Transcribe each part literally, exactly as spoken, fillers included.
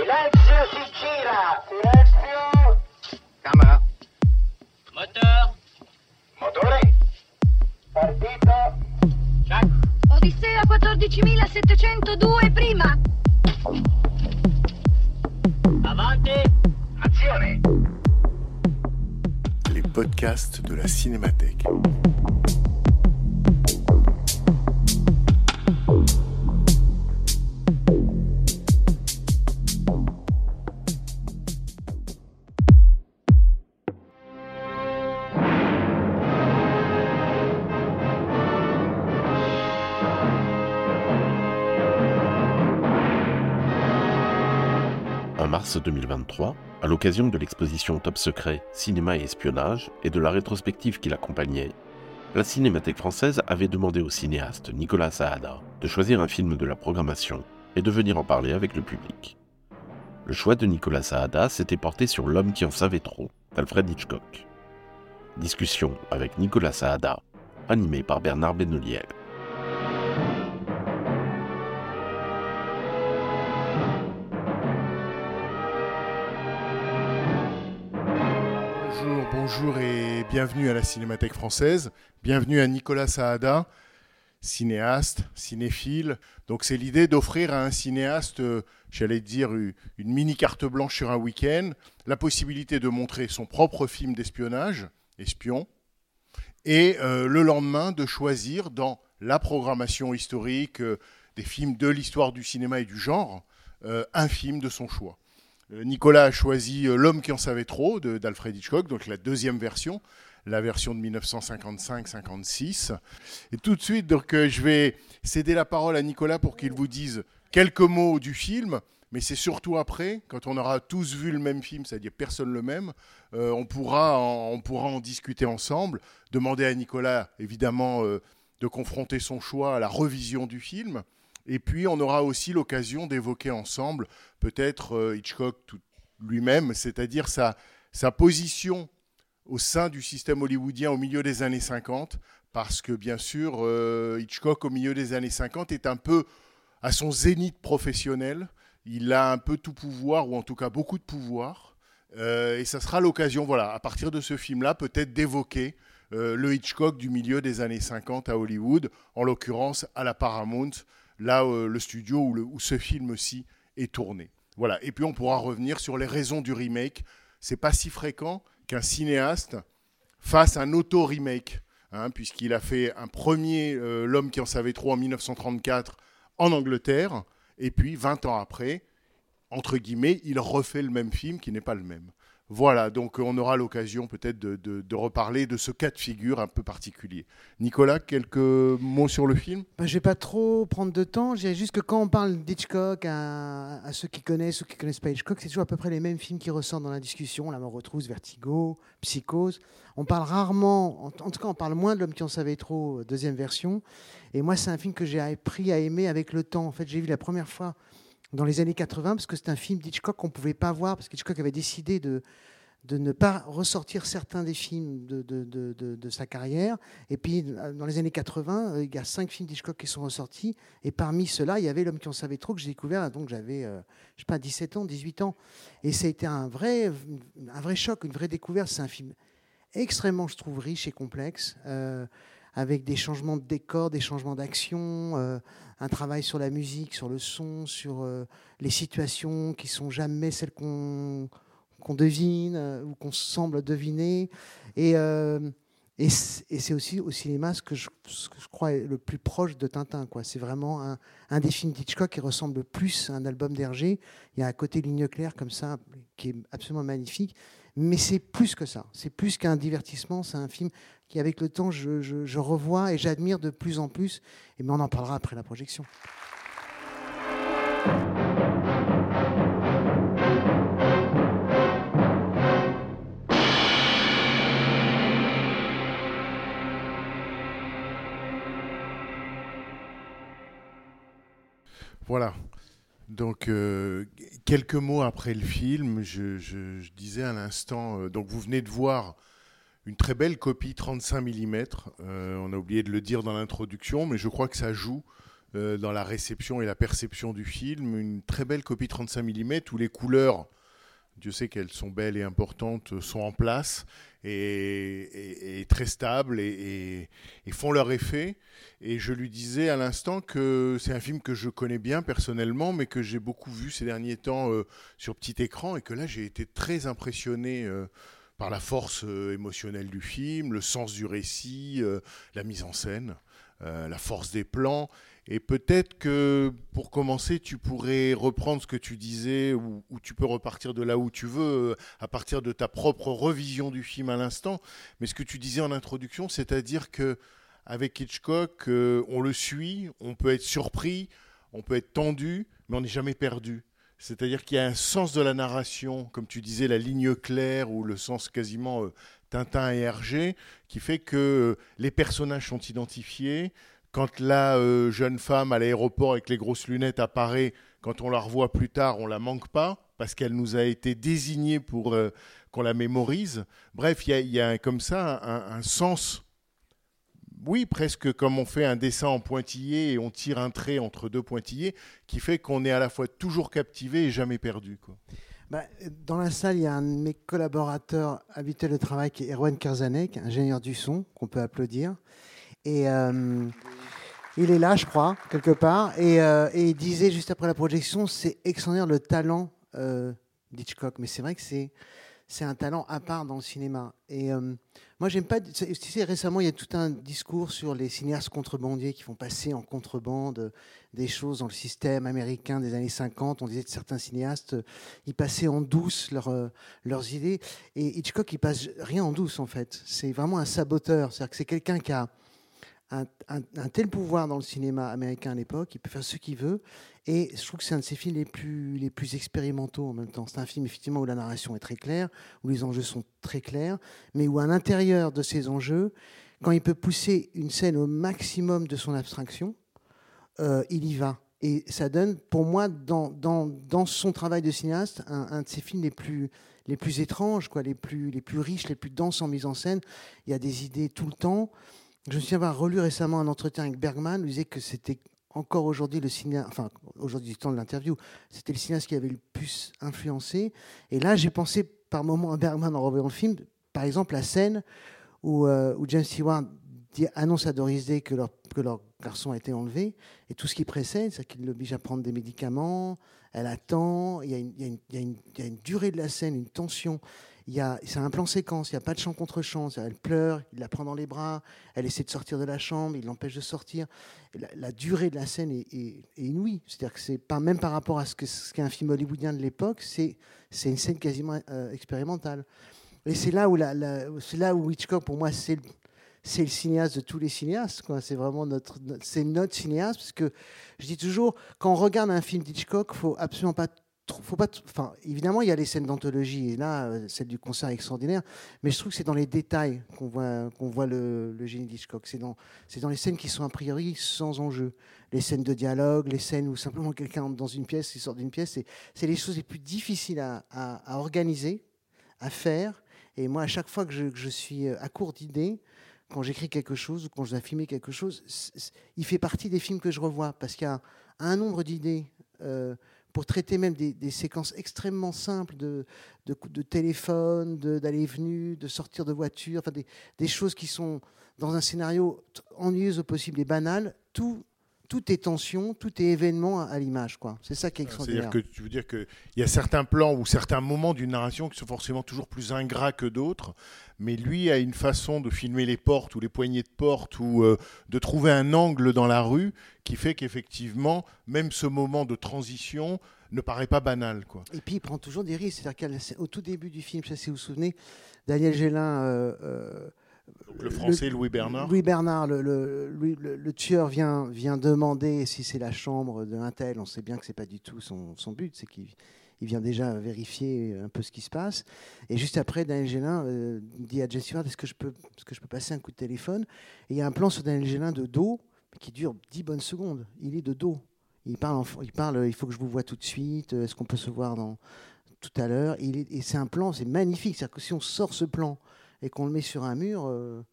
Silenzio si gira! Silenzio! Camera. Moteur. Motore! Partito! Check. Odissea quattordicimilasettecentodue prima. Avanti. Azione! Les podcasts de la Cinémathèque. En mars deux mille vingt-trois, à l'occasion de l'exposition Top Secret, Cinéma et Espionnage et de la rétrospective qui l'accompagnait, la Cinémathèque française avait demandé au cinéaste Nicolas Saada de choisir un film de la programmation et de venir en parler avec le public. Le choix de Nicolas Saada s'était porté sur L'homme qui en savait trop, d'Alfred Hitchcock. Discussion avec Nicolas Saada, animée par Bernard Benoliel. Bonjour, bonjour et bienvenue à la Cinémathèque française. Bienvenue à Nicolas Saada, cinéaste, cinéphile. Donc c'est l'idée d'offrir à un cinéaste, euh, j'allais dire, une mini carte blanche sur un week-end, la possibilité de montrer son propre film d'espionnage, Espion, et euh, le lendemain de choisir dans la programmation historique euh, des films de l'histoire du cinéma et du genre, euh, un film de son choix. Nicolas a choisi L'homme qui en savait trop de, d'Alfred Hitchcock, donc la deuxième version, la version de dix-neuf cent cinquante-cinq cinquante-six. Et tout de suite, donc, euh, je vais céder la parole à Nicolas pour qu'il vous dise quelques mots du film, mais c'est surtout après, quand on aura tous vu le même film, c'est-à-dire personne le même, euh, on, pourra en, on pourra en discuter ensemble, demander à Nicolas, évidemment, euh, de confronter son choix à la revision du film. Et puis, on aura aussi l'occasion d'évoquer ensemble, peut-être euh, Hitchcock tout, lui-même, c'est-à-dire sa, sa position au sein du système hollywoodien au milieu des années cinquante, parce que, bien sûr, euh, Hitchcock, au milieu des années cinquante, est un peu à son zénith professionnel. Il a un peu tout pouvoir, ou en tout cas beaucoup de pouvoir. Euh, et ça sera l'occasion, voilà, à partir de ce film-là, peut-être d'évoquer euh, le Hitchcock du milieu des années cinquante à Hollywood, en l'occurrence à la Paramount, là, euh, le studio où, le, où ce film aussi est tourné. Voilà. Et puis, on pourra revenir sur les raisons du remake. C'est pas si fréquent qu'un cinéaste fasse un auto-remake, hein, puisqu'il a fait un premier euh, L'homme qui en savait trop en dix-neuf cent trente-quatre en Angleterre, et puis, vingt ans après, entre guillemets, il refait le même film qui n'est pas le même. Voilà, donc on aura l'occasion peut-être de, de, de reparler de ce cas de figure un peu particulier. Nicolas, quelques mots sur le film ? Ben, je ne vais pas trop prendre de temps. Je dirais juste que quand on parle d'Hitchcock, à, à ceux qui connaissent ou qui ne connaissent pas Hitchcock, c'est toujours à peu près les mêmes films qui ressortent dans la discussion. La mort aux trousses, Vertigo, Psychose. On parle rarement, en, en tout cas on parle moins de L'homme qui en savait trop, deuxième version. Et moi, c'est un film que j'ai appris à aimer avec le temps. En fait, j'ai vu la première fois dans les années quatre-vingts, parce que c'est un film d'Hitchcock qu'on ne pouvait pas voir, parce qu'Hitchcock avait décidé de, de ne pas ressortir certains des films de, de, de, de, de sa carrière. Et puis, dans les années quatre-vingts, il y a cinq films d'Hitchcock qui sont ressortis, et parmi ceux-là, il y avait L'homme qui en savait trop, que j'ai découvert, donc j'avais, euh, je sais pas, dix-sept ans, dix-huit ans. Et ça a été un vrai, un vrai choc, une vraie découverte. C'est un film extrêmement, je trouve, riche et complexe, euh, avec des changements de décor, des changements d'action, euh, un travail sur la musique, sur le son, sur euh, les situations qui sont jamais celles qu'on, qu'on devine euh, ou qu'on semble deviner. Et, euh, et, c'est, et c'est aussi au cinéma ce que je, ce que je crois est le plus proche de Tintin, quoi. C'est vraiment un, un des films d'Hitchcock qui ressemble le plus à un album d'Hergé. Il y a un côté ligne claire comme ça qui est absolument magnifique. Mais c'est plus que ça. C'est plus qu'un divertissement. C'est un film qui, avec le temps, je, je, je revois et j'admire de plus en plus. Et mais on en parlera après la projection. Voilà. Donc, euh, quelques mots après le film, je, je, je disais à l'instant, euh, donc vous venez de voir une très belle copie trente-cinq millimètres. Euh, on a oublié de le dire dans l'introduction, mais je crois que ça joue euh, dans la réception et la perception du film. Une très belle copie trente-cinq millimètres où les couleurs, Dieu sait qu'elles sont belles et importantes, sont en place et, et, et très stables et, et, et font leur effet. Et je lui disais à l'instant que c'est un film que je connais bien personnellement, mais que j'ai beaucoup vu ces derniers temps euh, sur petit écran, et que là j'ai été très impressionné euh, par la force euh, émotionnelle du film, le sens du récit, euh, la mise en scène, euh, la force des plans. Et peut-être que, pour commencer, tu pourrais reprendre ce que tu disais, ou, ou tu peux repartir de là où tu veux, à partir de ta propre revision du film à l'instant. Mais ce que tu disais en introduction, c'est-à-dire qu'avec Hitchcock, euh, on le suit, on peut être surpris, on peut être tendu, mais on n'est jamais perdu. C'est-à-dire qu'il y a un sens de la narration, comme tu disais, la ligne claire, ou le sens quasiment euh, Tintin et Hergé, qui fait que euh, les personnages sont identifiés. Quand la euh, jeune femme à l'aéroport avec les grosses lunettes apparaît, quand on la revoit plus tard, on ne la manque pas, parce qu'elle nous a été désignée pour euh, qu'on la mémorise. Bref, il y a, y a comme ça un, un sens, oui, presque comme on fait un dessin en pointillé et on tire un trait entre deux pointillés, qui fait qu'on est à la fois toujours captivé et jamais perdu, quoi. Bah, dans la salle, il y a un de mes collaborateurs habituels de travail qui est Erwan Kerzanek, ingénieur du son, qu'on peut applaudir. Et euh, il est là, je crois, quelque part. Et, euh, et il disait juste après la projection, c'est extraordinaire le talent euh, d'Hitchcock. Mais c'est vrai que c'est, c'est un talent à part dans le cinéma. Et euh, moi, j'aime pas. Tu sais, récemment, il y a tout un discours sur les cinéastes contrebandiers qui font passer en contrebande des choses dans le système américain des années cinquante. On disait que certains cinéastes, ils passaient en douce leur, euh, leurs idées. Et Hitchcock, il passe rien en douce, en fait. C'est vraiment un saboteur. C'est-à-dire que c'est quelqu'un qui a Un, un, un tel pouvoir dans le cinéma américain à l'époque, il peut faire ce qu'il veut, et je trouve que c'est un de ses films les plus, les plus expérimentaux en même temps. C'est un film effectivement où la narration est très claire, où les enjeux sont très clairs, mais où à l'intérieur de ces enjeux, quand il peut pousser une scène au maximum de son abstraction, euh, il y va. Et ça donne, pour moi, dans, dans, dans son travail de cinéaste, un, un de ses films les plus, les plus étranges, quoi, les, plus, les plus riches, les plus denses en mise en scène. Il y a des idées tout le temps. Je me souviens avoir relu récemment un entretien avec Bergman, où il disait que c'était encore aujourd'hui le cinéaste, enfin aujourd'hui du temps de l'interview, c'était le cinéaste qui avait le plus influencé. Et là, j'ai pensé par moments à Bergman en revoyant le film, par exemple la scène où, euh, où James Stewart dit, annonce à Doris Day que leur, que leur garçon a été enlevé, et tout ce qui précède, c'est qu'il l'oblige à prendre des médicaments, elle attend, il y a une, il y a une, il y a une, il y a une durée de la scène, une tension. Il y a, c'est un plan séquence, il n'y a pas de chant contre chant. Elle pleure, il la prend dans les bras, elle essaie de sortir de la chambre, il l'empêche de sortir. La, la durée de la scène est, est, est inouïe. C'est-à-dire que c'est pas, même par rapport à ce, que, ce qu'est un film hollywoodien de l'époque, c'est, c'est une scène quasiment euh, expérimentale. Et c'est là où, la, la, c'est là où Hitchcock, pour moi, c'est, c'est le cinéaste de tous les cinéastes, quoi. C'est vraiment notre, notre, c'est notre cinéaste, parce que je dis toujours, quand on regarde un film d'Hitchcock, il ne faut absolument pas... Faut pas, enfin, évidemment, il y a les scènes d'anthologie, et là, celle du concert est extraordinaire, mais je trouve que c'est dans les détails qu'on voit, qu'on voit le, le génie d'Hitchcock. C'est dans, c'est dans les scènes qui sont a priori sans enjeu. Les scènes de dialogue, les scènes où simplement quelqu'un entre dans une pièce, il sort d'une pièce, c'est, c'est les choses les plus difficiles à, à, à organiser, à faire. Et moi, à chaque fois que je, que je suis à court d'idées, quand j'écris quelque chose ou quand je dois filmer quelque chose, il fait partie des films que je revois, parce qu'il y a un nombre d'idées euh, pour traiter même des, des séquences extrêmement simples de, de, de téléphone, de, d'aller et venue, de sortir de voiture, enfin des, des choses qui sont dans un scénario ennuyeux au possible et banal. Tout, tout est tension, tout est événement à, à l'image, quoi. C'est ça qui est extraordinaire. C'est-à-dire que tu veux dire qu'il y a certains plans ou certains moments d'une narration qui sont forcément toujours plus ingrats que d'autres, mais lui a une façon de filmer les portes ou les poignées de porte ou euh, de trouver un angle dans la rue qui fait qu'effectivement, même ce moment de transition ne paraît pas banal, quoi. Et puis il prend toujours des risques. C'est-à-dire qu'au tout début du film, je ne sais si vous vous souvenez, Daniel Gélin... Euh, euh, Donc le français le, Louis Bernard. Louis Bernard, le, le, le, le tueur vient, vient demander si c'est la chambre d'un tel. On sait bien que ce n'est pas du tout son, son but, c'est qu'il il vient déjà vérifier un peu ce qui se passe. Et juste après, Daniel Gélin euh, dit à James Stewart, est-ce que, je peux, est-ce que je peux passer un coup de téléphone? Et il y a un plan sur Daniel Gélin de dos qui dure dix bonnes secondes. Il est de dos. Il parle, en, il parle, il faut que je vous voie tout de suite, est-ce qu'on peut se voir dans, tout à l'heure? Et, il est, et c'est un plan, c'est magnifique. C'est-à-dire que si on sort ce plan et qu'on le met sur un mur, euh,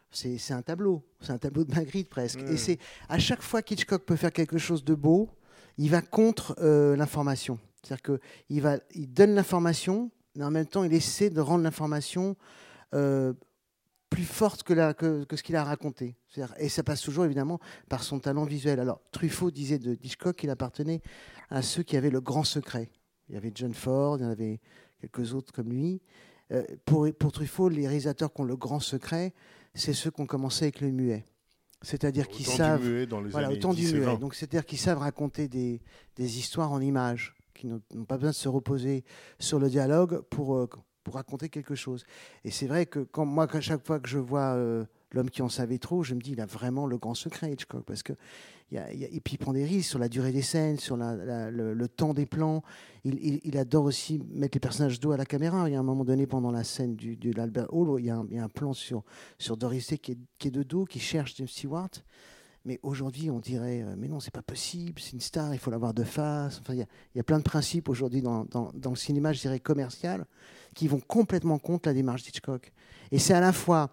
C'est, c'est un tableau, c'est un tableau de Magritte presque. Mmh. Et c'est à chaque fois qu'Hitchcock peut faire quelque chose de beau, il va contre euh, l'information. C'est-à-dire que il va, il donne l'information, mais en même temps, il essaie de rendre l'information euh, plus forte que, la, que, que ce qu'il a raconté. C'est-à-dire, et ça passe toujours évidemment par son talent visuel. Alors Truffaut disait de Hitchcock qu'il appartenait à ceux qui avaient le grand secret. Il y avait John Ford, il y en avait quelques autres comme lui. Euh, pour, pour Truffaut, les réalisateurs qui ont le grand secret, c'est ceux qui ont commencé avec le muet. C'est-à-dire qu'ils Autant savent... du muet dans les Voilà, années autant dix du et muet. vingt. Donc, c'est-à-dire qu'ils savent raconter des, des histoires en images, qui n'ont, n'ont pas besoin de se reposer sur le dialogue pour, euh, pour raconter quelque chose. Et c'est vrai que quand, moi, à chaque fois que je vois euh, L'homme qui en savait trop, je me dis, il a vraiment le grand secret, Hitchcock, parce que il y a, il y a, et puis il prend des risques sur la durée des scènes, sur la, la, le, le temps des plans. Il, il, il adore aussi mettre les personnages dos à la caméra. Il y a un moment donné, pendant la scène du, de l'Albert Hall, il y a un, il y a un plan sur, sur Doris Day qui est, qui est de dos, qui cherche James Stewart. Mais aujourd'hui, on dirait, euh, mais non, c'est pas possible, c'est une star, il faut l'avoir de face. Enfin, il y a, il y a plein de principes aujourd'hui dans, dans, dans le cinéma, je dirais, commercial, qui vont complètement contre la démarche d'Hitchcock. Et c'est à la fois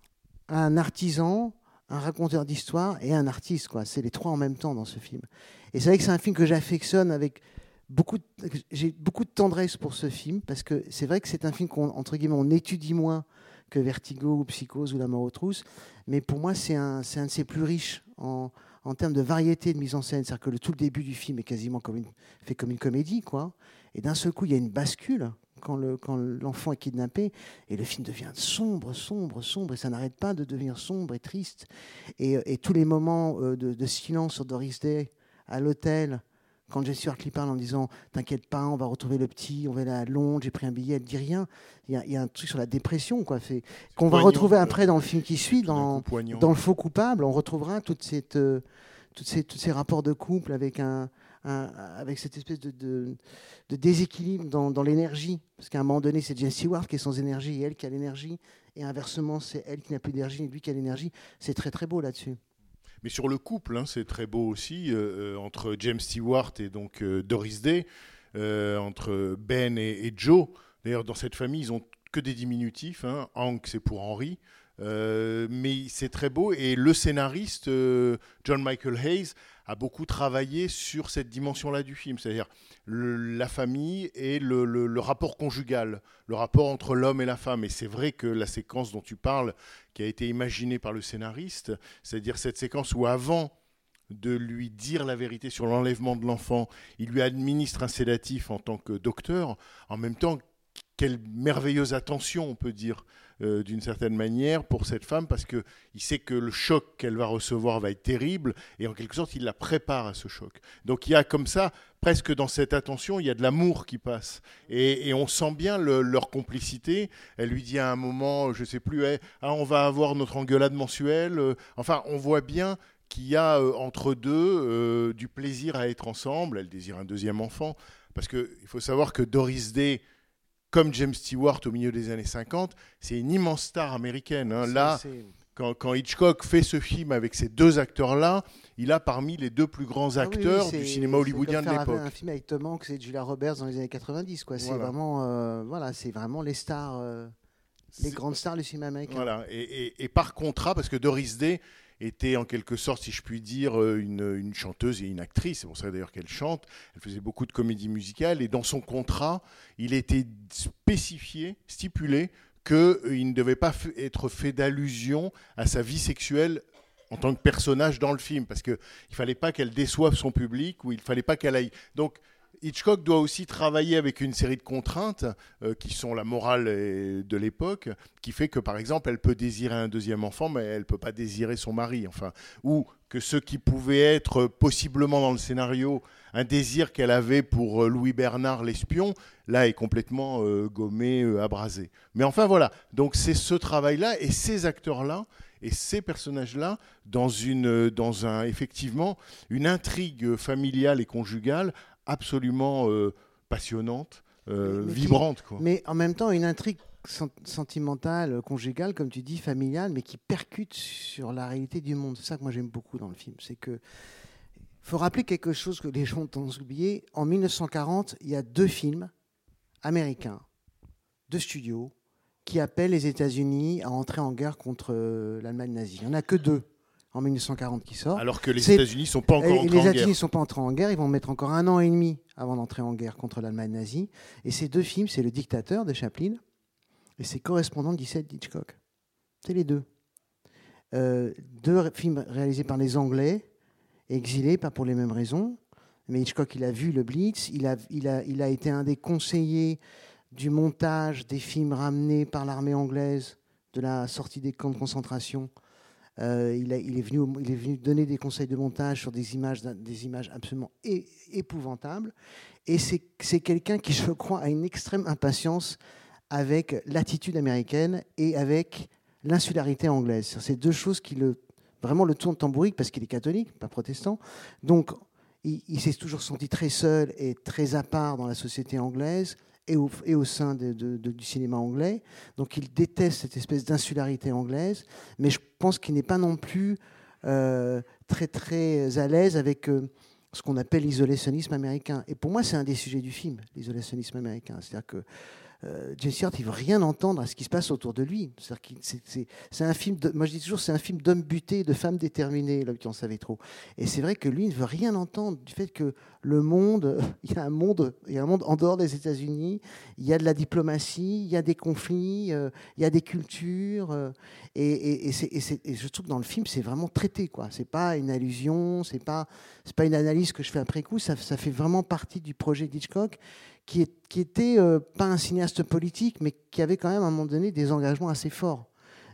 un artisan, un raconteur d'histoire et un artiste, quoi. C'est les trois en même temps dans ce film. Et c'est vrai que c'est un film que j'affectionne avec beaucoup de, j'ai beaucoup de tendresse pour ce film, parce que c'est vrai que c'est un film qu'on, entre guillemets, on étudie moins que Vertigo ou Psychose ou La mort aux trousses, mais pour moi c'est un, c'est un de ses plus riches en, en termes de variété de mise en scène. C'est-à-dire que le, tout le début du film est quasiment comme une, fait comme une comédie, quoi. Et d'un seul coup il y a une bascule quand, le, quand l'enfant est kidnappé, et le film devient sombre, sombre, sombre, et ça n'arrête pas de devenir sombre et triste. Et, et tous les moments de, de silence sur Doris Day à l'hôtel, quand James Stewart lui parle en disant « T'inquiète pas, on va retrouver le petit, on va aller à Londres, j'ai pris un billet », elle ne dit rien. Il y, a, il y a un truc sur la dépression, quoi. C'est, qu'on va retrouver après dans le film qui suit, dans, dans Le Faux Coupable. On retrouvera toute cette, euh, toutes ces, tous ces rapports de couple avec, un, un, avec cette espèce de, de, de déséquilibre dans, dans l'énergie. Parce qu'à un moment donné, c'est James Stewart qui est sans énergie et elle qui a l'énergie. Et inversement, c'est elle qui n'a plus d'énergie et lui qui a l'énergie. C'est très très beau là-dessus. Mais sur le couple, hein, c'est très beau aussi, euh, entre James Stewart et donc euh, Doris Day, euh, entre Ben et, et Joe. D'ailleurs, dans cette famille, ils ont que des diminutifs. Hein. Hank, c'est pour Henry. Euh, mais c'est très beau. Et le scénariste, euh, John Michael Hayes, a beaucoup travaillé sur cette dimension-là du film, c'est-à-dire le, la famille et le, le, le rapport conjugal, le rapport entre l'homme et la femme. Et c'est vrai que la séquence dont tu parles, qui a été imaginée par le scénariste, c'est-à-dire cette séquence où avant de lui dire la vérité sur l'enlèvement de l'enfant, il lui administre un sédatif en tant que docteur, en même temps, quelle merveilleuse attention, on peut dire, euh, d'une certaine manière, pour cette femme, parce qu'il sait que le choc qu'elle va recevoir va être terrible, et en quelque sorte, il la prépare à ce choc. Donc il y a comme ça, presque dans cette attention, il y a de l'amour qui passe. Et, et on sent bien le, leur complicité. Elle lui dit à un moment, je ne sais plus, hey, ah, on va avoir notre engueulade mensuelle. Enfin, on voit bien qu'il y a euh, entre deux euh, du plaisir à être ensemble. Elle désire un deuxième enfant, parce qu'il faut savoir que Doris Day, comme James Stewart au milieu des années cinquante, c'est une immense star américaine. Hein. Là, c'est... Quand, quand Hitchcock fait ce film avec ces deux acteurs-là, il a parmi les deux plus grands acteurs ah oui, oui, du cinéma hollywoodien de l'époque. Un film avec Tom Hanks et Julia Roberts dans les années quatre-vingt-dix. Quoi. C'est, voilà. Vraiment, euh, voilà, c'est vraiment les stars, euh, les c'est... grandes stars du cinéma américain. Voilà. Et, et, et par contrat, parce que Doris Day était en quelque sorte, si je puis dire, une, une chanteuse et une actrice. C'est pour ça d'ailleurs qu'elle chante. Elle faisait beaucoup de comédies musicales. Et dans son contrat, il était spécifié, stipulé, qu'il ne devait pas f- être fait d'allusion à sa vie sexuelle en tant que personnage dans le film. Parce qu'il ne fallait pas qu'elle déçoive son public ou il ne fallait pas qu'elle aille... Donc, Hitchcock doit aussi travailler avec une série de contraintes euh, qui sont la morale de l'époque, qui fait que, par exemple, elle peut désirer un deuxième enfant, mais elle ne peut pas désirer son mari. Enfin, ou que ce qui pouvait être possiblement dans le scénario un désir qu'elle avait pour Louis Bernard, l'espion, là est complètement euh, gommé, euh, abrasé. Mais enfin, voilà. Donc, c'est ce travail-là et ces acteurs-là et ces personnages-là dans, une, dans un, effectivement une intrigue familiale et conjugale absolument euh, passionnante, euh, mais vibrante. Qui, quoi. Mais en même temps, une intrigue sentimentale, conjugale, comme tu dis, familiale, mais qui percute sur la réalité du monde. C'est ça que moi j'aime beaucoup dans le film. C'est que faut rappeler quelque chose que les gens ont oublié. En mille neuf cent quarante, il y a deux films américains, deux studios, qui appelle les États-Unis à entrer en guerre contre euh, l'Allemagne nazie. Il n'y en a que deux en mille neuf cent quarante qui sortent. Alors que les C'est- États-Unis ne sont pas encore Et entrés les en guerre. États-Unis ne sont pas entrés en guerre, ils vont mettre encore un an et demi avant d'entrer en guerre contre l'Allemagne nazie. Et ces deux films, c'est Le Dictateur de Chaplin et c'est Correspondant dix-sept d'Hitchcock. C'est les deux. Euh, deux ré- films réalisés par les Anglais, exilés, pas pour les mêmes raisons. Mais Hitchcock, il a vu le Blitz, il a, il a, il a été un des conseillers du montage des films ramenés par l'armée anglaise de la sortie des camps de concentration. Euh, il, a- il est venu, au- il est venu donner des conseils de montage sur des images, d'un- des images absolument é- épouvantables. Et c'est c'est quelqu'un qui, je crois, a une extrême impatience avec l'attitude américaine et avec l'insularité anglaise. C'est ces deux choses qui le, vraiment le tournent tambourique parce qu'il est catholique, pas protestant. Donc, il, il s'est toujours senti très seul et très à part dans la société anglaise et au, et au sein de- de- de- du cinéma anglais. Donc il déteste cette espèce d'insularité anglaise, mais je pense qu'il n'est pas non plus euh, très très à l'aise avec euh, ce qu'on appelle l'isolationnisme américain. Et pour moi, c'est un des sujets du film, l'isolationnisme américain. C'est-à-dire que euh, James Stewart, il veut rien entendre à ce qui se passe autour de lui. C'est-à-dire qu'il- c'est, c'est- c'est un film, de, moi je dis toujours, c'est un film d'hommes butés, de femmes déterminées, l'homme qui en savait trop. Et c'est vrai que lui, il ne veut rien entendre du fait que le monde, il y a un monde, il y a un monde en dehors des États-Unis. Il y a de la diplomatie, il y a des conflits, euh, il y a des cultures. euh, et, et- et c'est- et c'est- et je trouve que dans le film, c'est vraiment traité, quoi. C'est pas une allusion, c'est pas, c'est pas une analyse que je fais après coup. Ça, ça fait vraiment partie du projet d'Hitchcock, qui, est, qui était euh, pas un cinéaste politique, mais qui avait quand même à un moment donné des engagements assez forts.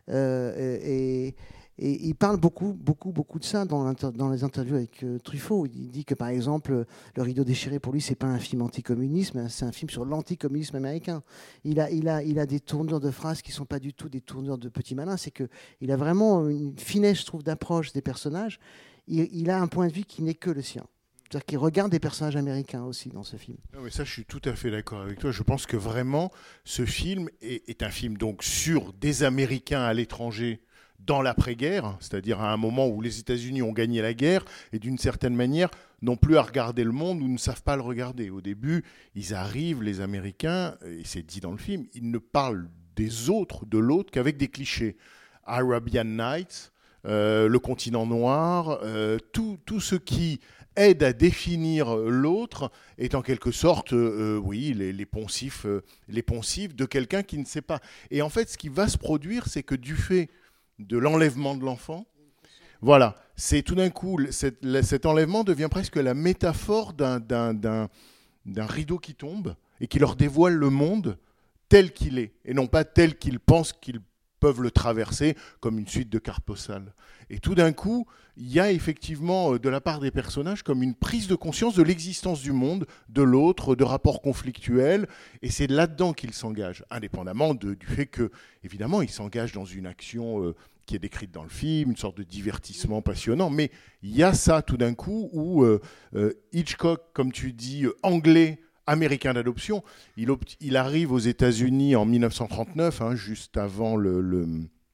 Euh, et, et il parle beaucoup, beaucoup, beaucoup de ça dans, l'inter- dans les interviews avec euh, Truffaut. Il dit que, par exemple, Le Rideau déchiré, pour lui, c'est pas un film anticommunisme, c'est un film sur l'anticommunisme américain. Il a, il, a, il a des tournures de phrases qui sont pas du tout des tournures de petit malin. C'est qu'il a vraiment une finesse, je trouve, d'approche des personnages. Il, il a un point de vue qui n'est que le sien. C'est-à-dire qu'il regarde des personnages américains aussi dans ce film. Non, mais ça, je suis tout à fait d'accord avec toi. Je pense que vraiment, ce film est, est un film donc sur des Américains à l'étranger dans l'après-guerre, c'est-à-dire à un moment où les États-Unis ont gagné la guerre et d'une certaine manière n'ont plus à regarder le monde ou ne savent pas le regarder. Au début, ils arrivent, les Américains, et c'est dit dans le film, ils ne parlent des autres, de l'autre, qu'avec des clichés. Arabian Nights, euh, le continent noir, euh, tout, tout ce qui aide à définir l'autre est en quelque sorte, euh, oui, les, les, poncifs, euh, les poncifs de quelqu'un qui ne sait pas. Et en fait, ce qui va se produire, c'est que du fait de l'enlèvement de l'enfant, voilà, c'est tout d'un coup, cet, cet enlèvement devient presque la métaphore d'un, d'un, d'un, d'un rideau qui tombe et qui leur dévoile le monde tel qu'il est, et non pas tel qu'ils pensent qu'ils peuvent le traverser comme une suite de cartes postales. Et tout d'un coup, il y a effectivement de la part des personnages comme une prise de conscience de l'existence du monde, de l'autre, de rapports conflictuels, et c'est là-dedans qu'ils s'engagent, indépendamment de, du fait que, évidemment, ils s'engagent dans une action euh, qui est décrite dans le film, une sorte de divertissement passionnant, mais il y a ça tout d'un coup où euh, euh, Hitchcock, comme tu dis, euh, anglais, américain d'adoption, il, obt- il arrive aux États-Unis en dix-neuf cent trente-neuf, hein, juste avant le, le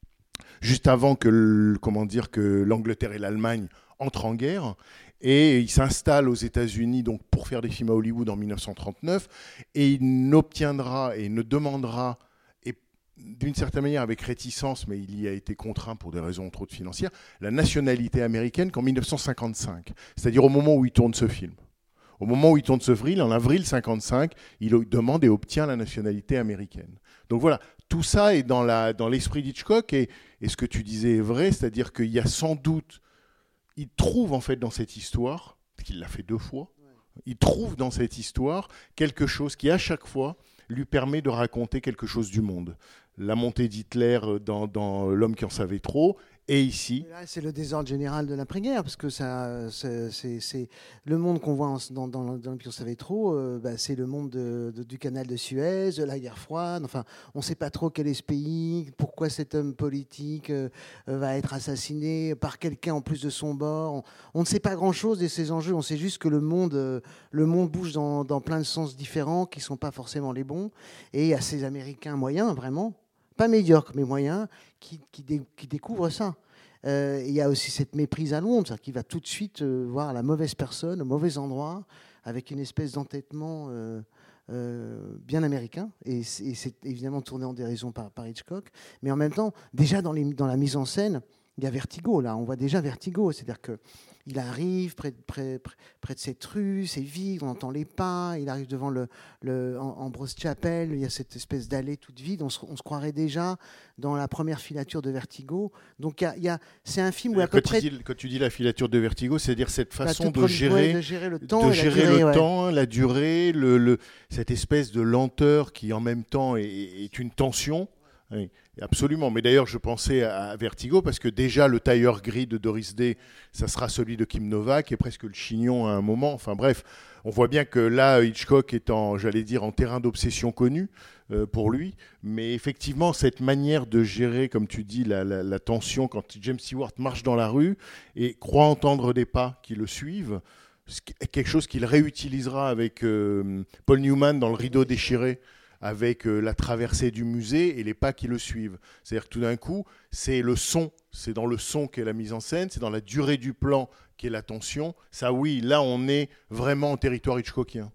juste avant que, le, comment dire, que l'Angleterre et l'Allemagne entrent en guerre, et il s'installe aux États-Unis donc pour faire des films à Hollywood en dix-neuf cent trente-neuf, et il n'obtiendra et ne demandera, et d'une certaine manière avec réticence, mais il y a été contraint pour des raisons trop financières, la nationalité américaine qu'en dix-neuf cent cinquante-cinq, c'est-à-dire au moment où il tourne ce film. Au moment où il tourne ce film, en avril cinquante-cinq, il demande et obtient la nationalité américaine. Donc voilà, tout ça est dans, la, dans l'esprit d'Hitchcock, et, et ce que tu disais est vrai, c'est-à-dire qu'il y a sans doute, il trouve en fait dans cette histoire, parce qu'il l'a fait deux fois, il trouve dans cette histoire quelque chose qui à chaque fois lui permet de raconter quelque chose du monde. La montée d'Hitler dans, dans L'homme qui en savait trop, et ici. Là, c'est le désordre général de l'après-guerre, parce que ça, c'est, c'est, c'est le monde qu'on voit en, dans, dans, dans le L'homme savait trop, euh, bah, c'est le monde de, de, du canal de Suez, de la guerre froide. Enfin, on ne sait pas trop quel est ce pays, pourquoi cet homme politique euh, va être assassiné par quelqu'un en plus de son bord. On, on ne sait pas grand-chose de ces enjeux. On sait juste que le monde, euh, le monde bouge dans, dans plein de sens différents, qui ne sont pas forcément les bons. Et il y a ces Américains moyens, vraiment, pas médiocres, mais moyens, qui, qui, dé, qui découvrent ça. Euh, il y a aussi cette méprise à Londres, c'est-à-dire qu'il va tout de suite euh, voir la mauvaise personne au mauvais endroit, avec une espèce d'entêtement euh, euh, bien américain, et c'est, et c'est évidemment tourné en dérision par, par Hitchcock, mais en même temps, déjà dans, les, dans la mise en scène, il y a Vertigo, là, on voit déjà Vertigo, c'est-à-dire que il arrive près, près, près, près de cette rue, c'est vide, on entend les pas, il arrive devant le, le Ambrose Chapel, il y a cette espèce d'allée toute vide, on se, on se croirait déjà dans la première filature de Vertigo. Donc il y a, il y a, c'est un film où à peu quand près... Tu dis, quand tu dis la filature de Vertigo, c'est-à-dire cette façon de premier, gérer, ouais, de gérer le temps, de et gérer la durée, le ouais. temps, la durée, le, le, cette espèce de lenteur qui en même temps est, est une tension. Oui, absolument. Mais d'ailleurs, je pensais à Vertigo parce que déjà, le tailleur gris de Doris Day, ça sera celui de Kim Novak et presque le chignon à un moment. Enfin bref, on voit bien que là, Hitchcock est en, j'allais dire, en terrain d'obsession connu euh, pour lui. Mais effectivement, cette manière de gérer, comme tu dis, la, la, la tension quand James Stewart marche dans la rue et croit entendre des pas qui le suivent, quelque chose qu'il réutilisera avec euh, Paul Newman dans Le Rideau déchiré, avec euh, la traversée du musée et les pas qui le suivent. C'est-à-dire que tout d'un coup, c'est le son, c'est dans le son qu'est la mise en scène, c'est dans la durée du plan qu'est la tension. Ça, oui, là, on est vraiment en territoire hitchcockien.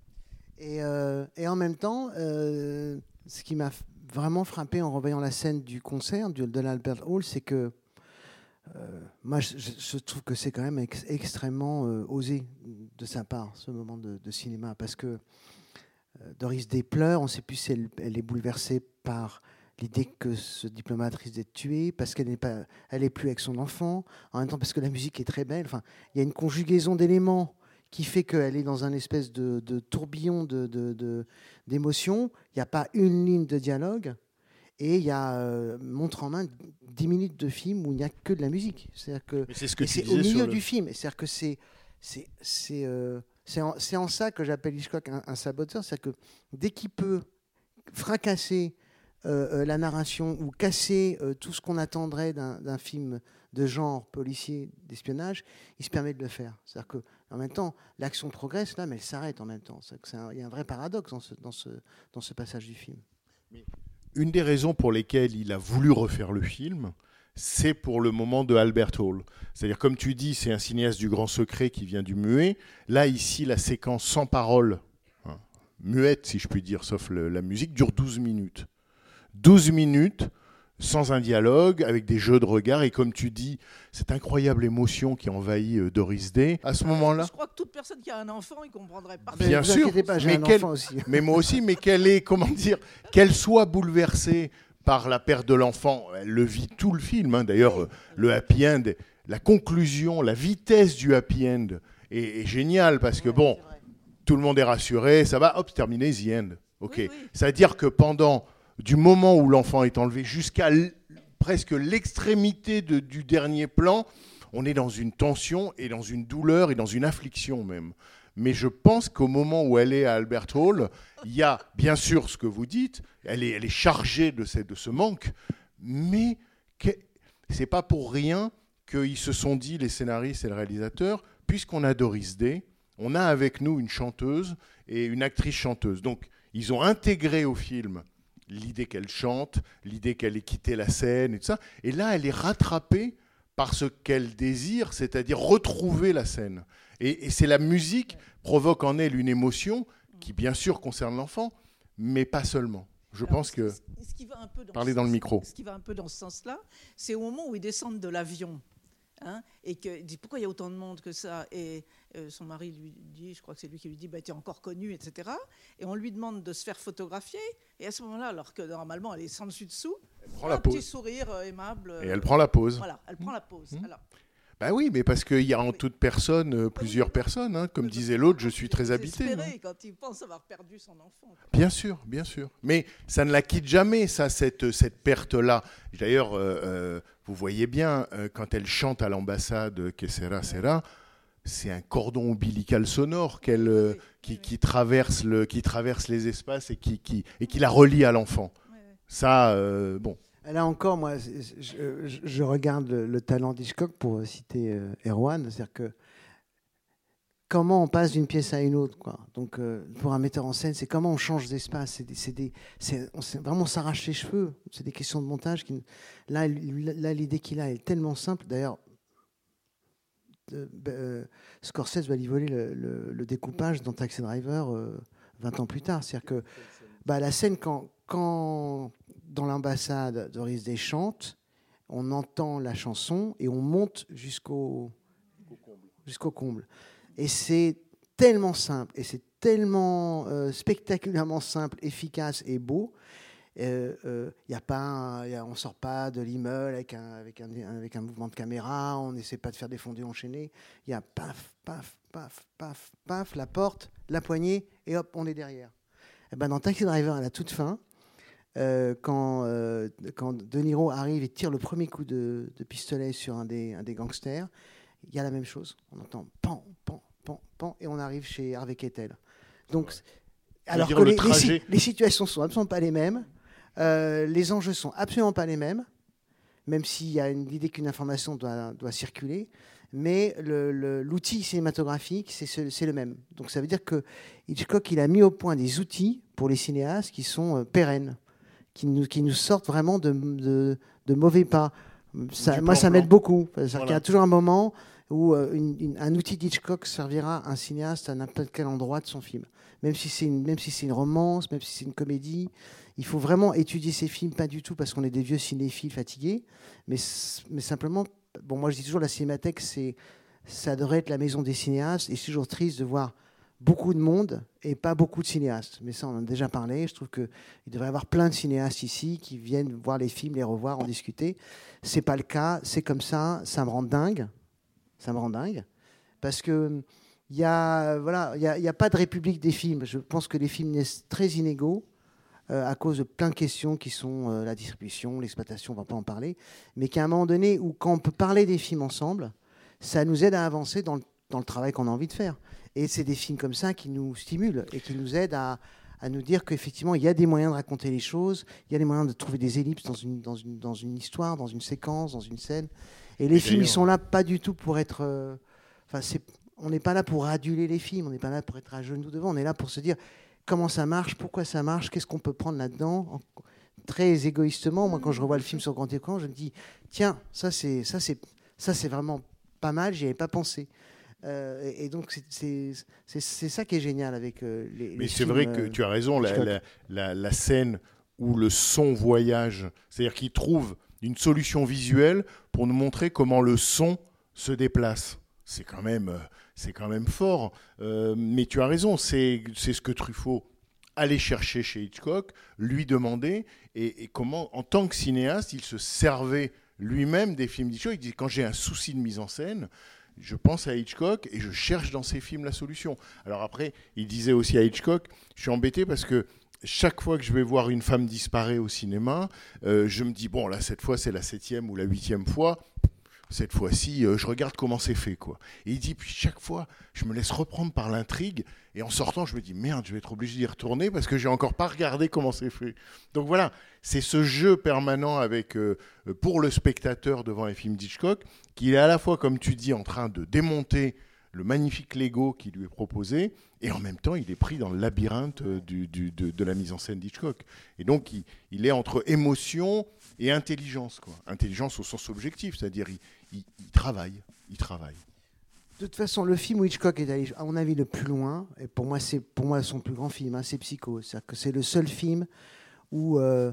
Et, euh, et en même temps, euh, ce qui m'a f- vraiment frappé en revoyant la scène du concert du, de l'Albert Hall, c'est que euh, moi, je, je trouve que c'est quand même ex- extrêmement euh, osé de sa part, ce moment de, de cinéma, parce que Doris Day pleure, on ne sait plus si elle, elle est bouleversée par l'idée que ce diplomate risque d'être tué, parce qu'elle n'est pas, elle est plus avec son enfant, en même temps parce que la musique est très belle. Enfin, il y a une conjugaison d'éléments qui fait qu'elle est dans un espèce de, de tourbillon de, de, de, d'émotions. Il n'y a pas une ligne de dialogue, et il y a euh, montre en main dix minutes de film où il n'y a que de la musique. C'est-à-dire que Mais c'est ce que et tu c'est disais au milieu sur le... du film. C'est-à-dire que c'est c'est c'est euh, C'est en, c'est en ça que j'appelle Hitchcock un, un saboteur, c'est-à-dire que dès qu'il peut fracasser euh, euh, la narration ou casser euh, tout ce qu'on attendrait d'un, d'un film de genre policier, d'espionnage, il se permet de le faire. C'est-à-dire qu'en même temps, l'action progresse là, mais elle s'arrête en même temps. C'est que c'est un, il y a un vrai paradoxe dans ce, dans ce, dans ce passage du film. Une des raisons pour lesquelles il a voulu refaire le film, c'est pour le moment de Albert Hall. C'est-à-dire, comme tu dis, c'est un cinéaste du grand secret qui vient du muet. Là, ici, la séquence sans parole, hein, muette, si je puis dire, sauf le, la musique, dure douze minutes. douze minutes, sans un dialogue, avec des jeux de regard. Et comme tu dis, cette incroyable émotion qui envahit euh, Doris Day. À ce moment-là... Je crois que toute personne qui a un enfant, il comprendrait parfaitement. Bien ne vous sûr, inquiétez pas, j'ai mais un quel- enfant aussi. Mais moi aussi, mais qu'elle est, comment dire, qu'elle soit bouleversée par la perte de l'enfant, elle le vit tout le film. Hein. D'ailleurs, le happy end, la conclusion, la vitesse du happy end est, est géniale parce que bon, tout le monde est rassuré, ça va, hop, terminé, the end. Ok. Oui, oui. C'est-à-dire que pendant, du moment où l'enfant est enlevé jusqu'à l- presque l'extrémité de- du dernier plan, on est dans une tension et dans une douleur et dans une affliction même. Mais je pense qu'au moment où elle est à Albert Hall, il y a bien sûr ce que vous dites, elle est, elle est chargée de, cette, de ce manque, mais que, c'est pas pour rien qu'ils se sont dit, les scénaristes et le réalisateur, puisqu'on a Doris Day, on a avec nous une chanteuse et une actrice chanteuse. Donc, ils ont intégré au film l'idée qu'elle chante, l'idée qu'elle ait quitté la scène et tout ça. Et là, elle est rattrapée par ce qu'elle désire, c'est-à-dire retrouver la scène. Et, et c'est la musique provoque en elle une émotion qui, bien sûr, concerne l'enfant, mais pas seulement. Je Alors, pense que... ce- ce qui va un peu dans Parlez ce dans le sens- micro. Ce qui va un peu dans ce sens-là, c'est au moment où ils descendent de l'avion. Hein, et qu'il dit pourquoi il y a autant de monde que ça, et euh, son mari lui dit, je crois que c'est lui qui lui dit bah, tu es encore connu, et cetera. Et on lui demande de se faire photographier, et à ce moment-là, alors que normalement elle est sans dessus dessous, Elle prend un la petit pause. sourire euh, aimable. Et euh, elle prend la pause. Voilà, elle prend la pause. Mmh. Alors, Ben oui, mais parce qu'il y a en Oui. toute personne euh, plusieurs oui. personnes. Hein. Comme je disait pense l'autre, je qu'il suis est très habité. désespéré hein. quand il pense avoir perdu son enfant. quoi. Bien sûr, bien sûr. Mais ça ne la quitte jamais, ça, cette, cette perte-là. D'ailleurs, euh, euh, vous voyez bien, euh, quand elle chante à l'ambassade Que sera, sera, c'est un cordon ombilical sonore qu'elle, euh, Oui, qui, oui, qui, traverse le, qui traverse les espaces et qui, qui, et qui la relie à l'enfant. oui. Ouais, ouais. Ça, euh, bon. Là encore, moi, je, je- je regarde le, le talent d'Hitchcock pour citer euh, Erwan, c'est-à-dire que comment on passe d'une pièce à une autre, quoi. Donc, euh, pour un metteur en scène, c'est comment on change d'espace. C'est, des- c'est des, c'est, on, c'est vraiment on s'arrache les cheveux. C'est des questions de montage. Qui, là, lui- là, l'idée qu'il a est tellement simple. D'ailleurs, de- euh, Scorsese va lui voler le, le- le découpage dans Taxi Driver. Euh, vingt ans plus tard. C'est-à-dire que bah, la scène, quand, quand dans l'ambassade, Doris Day chante, on entend la chanson et on monte jusqu'au, jusqu'au comble. Et c'est tellement simple, et c'est tellement euh, spectaculairement simple, efficace et beau. Euh, euh, y a pas un, y a, on ne sort pas de l'immeuble avec un, avec, un, avec un mouvement de caméra, on n'essaie pas de faire des fondus enchaînés. Il y a paf, paf, paf, paf, paf, la porte, la poignée, et hop, on est derrière. Et ben dans Taxi Driver, à la toute fin, euh, quand, euh, quand De Niro arrive et tire le premier coup de, de pistolet sur un des, un des gangsters, il y a la même chose. On entend pan, pan, pan, pan, et on arrive chez Harvey Keitel. Donc, ouais. alors que les, les, les situations sont absolument pas les mêmes. Euh, les enjeux sont absolument pas les mêmes, même s'il y a l'idée qu'une information doit, doit circuler, mais le, le, l'outil cinématographique, c'est, ce, c'est le même. Donc ça veut dire que Hitchcock, il a mis au point des outils pour les cinéastes qui sont euh, pérennes, qui nous, qui nous sortent vraiment de, de, de mauvais pas. Ça, moi, ça m'aide beaucoup. C'est-à-dire voilà. qu'il y a toujours un moment où euh, une, une, un outil d'Hitchcock servira à un cinéaste à n'importe quel endroit de son film. Même si c'est une, même si c'est une romance, même si c'est une comédie, il faut vraiment étudier ces films, pas du tout parce qu'on est des vieux cinéphiles fatigués, mais, mais simplement, bon, moi je dis toujours la Cinémathèque, c'est, ça devrait être la maison des cinéastes, et c'est toujours triste de voir beaucoup de monde et pas beaucoup de cinéastes. Mais ça, on en a déjà parlé. Je trouve qu'il devrait y avoir plein de cinéastes ici qui viennent voir les films, les revoir, en discuter. C'est pas le cas, c'est comme ça, ça me rend dingue. Ça me rend dingue. Parce que il y a, voilà, il y a, il y a pas de république des films. Je pense que les films naissent très inégaux euh, à cause de plein de questions qui sont euh, la distribution, l'exploitation, on va pas en parler. Mais qu'à un moment donné, où quand on peut parler des films ensemble, ça nous aide à avancer dans le, dans le travail qu'on a envie de faire. Et c'est des films comme ça qui nous stimulent et qui nous aident à, à nous dire qu'effectivement, il y a des moyens de raconter les choses, il y a des moyens de trouver des ellipses dans une, dans une, dans une histoire, dans une séquence, dans une scène. Et les et films, ils sont là pas du tout pour être... Euh, enfin, c'est, on n'est pas là pour aduler les films, on n'est pas là pour être à genoux devant, on est là pour se dire comment ça marche, pourquoi ça marche, qu'est-ce qu'on peut prendre là-dedans. Très égoïstement, moi, quand je revois le film sur grand écran, je me dis, tiens, ça, c'est, ça, c'est, ça, c'est vraiment pas mal, j'y avais pas pensé. Euh, et, et donc c'est, c'est, c'est, c'est ça qui est génial avec euh, les, les Mais c'est films, vrai que euh, tu as raison, la, la, la, la scène où le son voyage, c'est-à-dire qu'il trouve une solution visuelle pour nous montrer comment le son se déplace. C'est quand même, c'est quand même fort. Euh, mais tu as raison, c'est, c'est ce que Truffaut allait chercher chez Hitchcock, lui demander, et, et comment, en tant que cinéaste, il se servait lui-même des films d'Hitchcock. Il dit, quand j'ai un souci de mise en scène, je pense à Hitchcock et je cherche dans ses films la solution. Alors après, il disait aussi à Hitchcock, je suis embêté parce que chaque fois que je vais voir une femme disparaître au cinéma, euh, je me dis, bon, là, cette fois, c'est la septième ou la huitième fois. Cette fois-ci, euh, je regarde comment c'est fait, quoi. Et il dit, puis chaque fois, je me laisse reprendre par l'intrigue, et en sortant, je me dis, merde, je vais être obligé d'y retourner parce que j'ai encore pas regardé comment c'est fait. Donc voilà, c'est ce jeu permanent avec, euh, pour le spectateur devant les films d'Hitchcock, qui est à la fois, comme tu dis, en train de démonter le magnifique Lego qui lui est proposé, et en même temps, il est pris dans le labyrinthe du, du, de, de la mise en scène d'Hitchcock. Et donc, il, il est entre émotion et intelligence, quoi. Intelligence au sens objectif, c'est-à-dire il, il, il travaille, il travaille. De toute façon, le film où Hitchcock est allé, à mon avis, le plus loin, et pour moi, c'est pour moi son plus grand film, hein, c'est Psycho. C'est-à-dire que c'est le seul film où euh,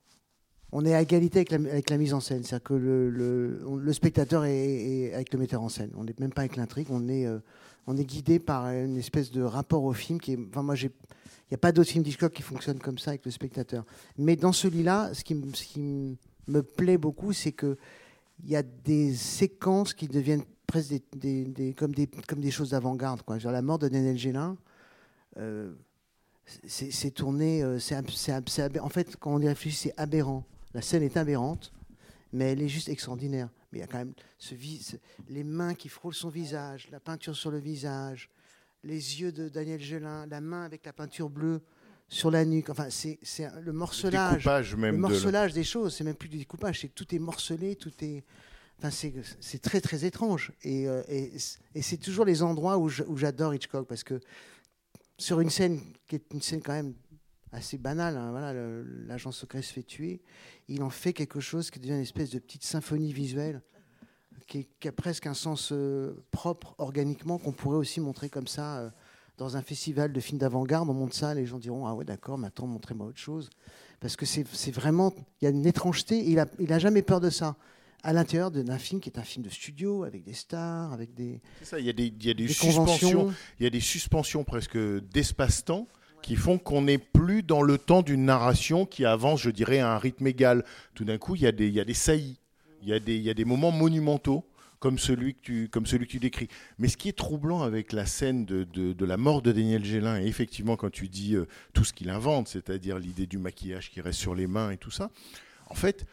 on est à égalité avec la, avec la mise en scène. C'est-à-dire que le, le, le spectateur est, est avec le metteur en scène. On n'est même pas avec l'intrigue, on est, euh, on est guidé par une espèce de rapport au film qui est... Enfin, moi, j'ai... Il n'y a pas d'autres films d'Hitchcock qui fonctionnent comme ça avec le spectateur. Mais dans celui-là, ce qui, ce qui me plaît beaucoup, c'est qu'il y a des séquences qui deviennent presque des, des, des, comme, des, comme des choses d'avant-garde, quoi. Genre la mort de Daniel Gélin, euh, c'est, c'est tourné... C'est, c'est, c'est, en fait, quand on y réfléchit, c'est aberrant. La scène est aberrante, mais elle est juste extraordinaire. Mais il y a quand même ce vis- les mains qui frôlent son visage, la peinture sur le visage, les yeux de Daniel Gélin, la main avec la peinture bleue sur la nuque. Enfin, c'est, c'est le morcelage, le découpage même le morcelage de... des choses. C'est même plus du découpage, c'est que tout est morcelé, tout est. Enfin, c'est, c'est très très étrange. Et, euh, et, et c'est toujours les endroits où, je, où j'adore Hitchcock, parce que sur une scène qui est une scène quand même assez banale, hein, voilà, le, l'agent secret se fait tuer, il en fait quelque chose qui devient une espèce de petite symphonie visuelle. Qui, est, qui a presque un sens euh, propre, organiquement, qu'on pourrait aussi montrer comme ça euh, dans un festival de films d'avant-garde, on monte ça, les gens diront « Ah ouais, d'accord, maintenant, montrez-moi autre chose ». Parce que c'est, c'est vraiment... Il y a une étrangeté, et il n'a il a jamais peur de ça. À l'intérieur d'un film qui est un film de studio, avec des stars, avec des C'est ça, il y a des, il y a des, des suspensions, conventions. il y a des suspensions presque d'espace-temps qui font qu'on n'est plus dans le temps d'une narration qui avance, je dirais, à un rythme égal. Tout d'un coup, il y a des, il y a des saillies, il y a des, il y a des moments monumentaux comme celui que tu, comme celui que tu décris. Mais ce qui est troublant avec la scène de, de, de la mort de Daniel Gélin, et effectivement quand tu dis euh, tout ce qu'il invente, c'est-à-dire l'idée du maquillage qui reste sur les mains et tout ça, en fait,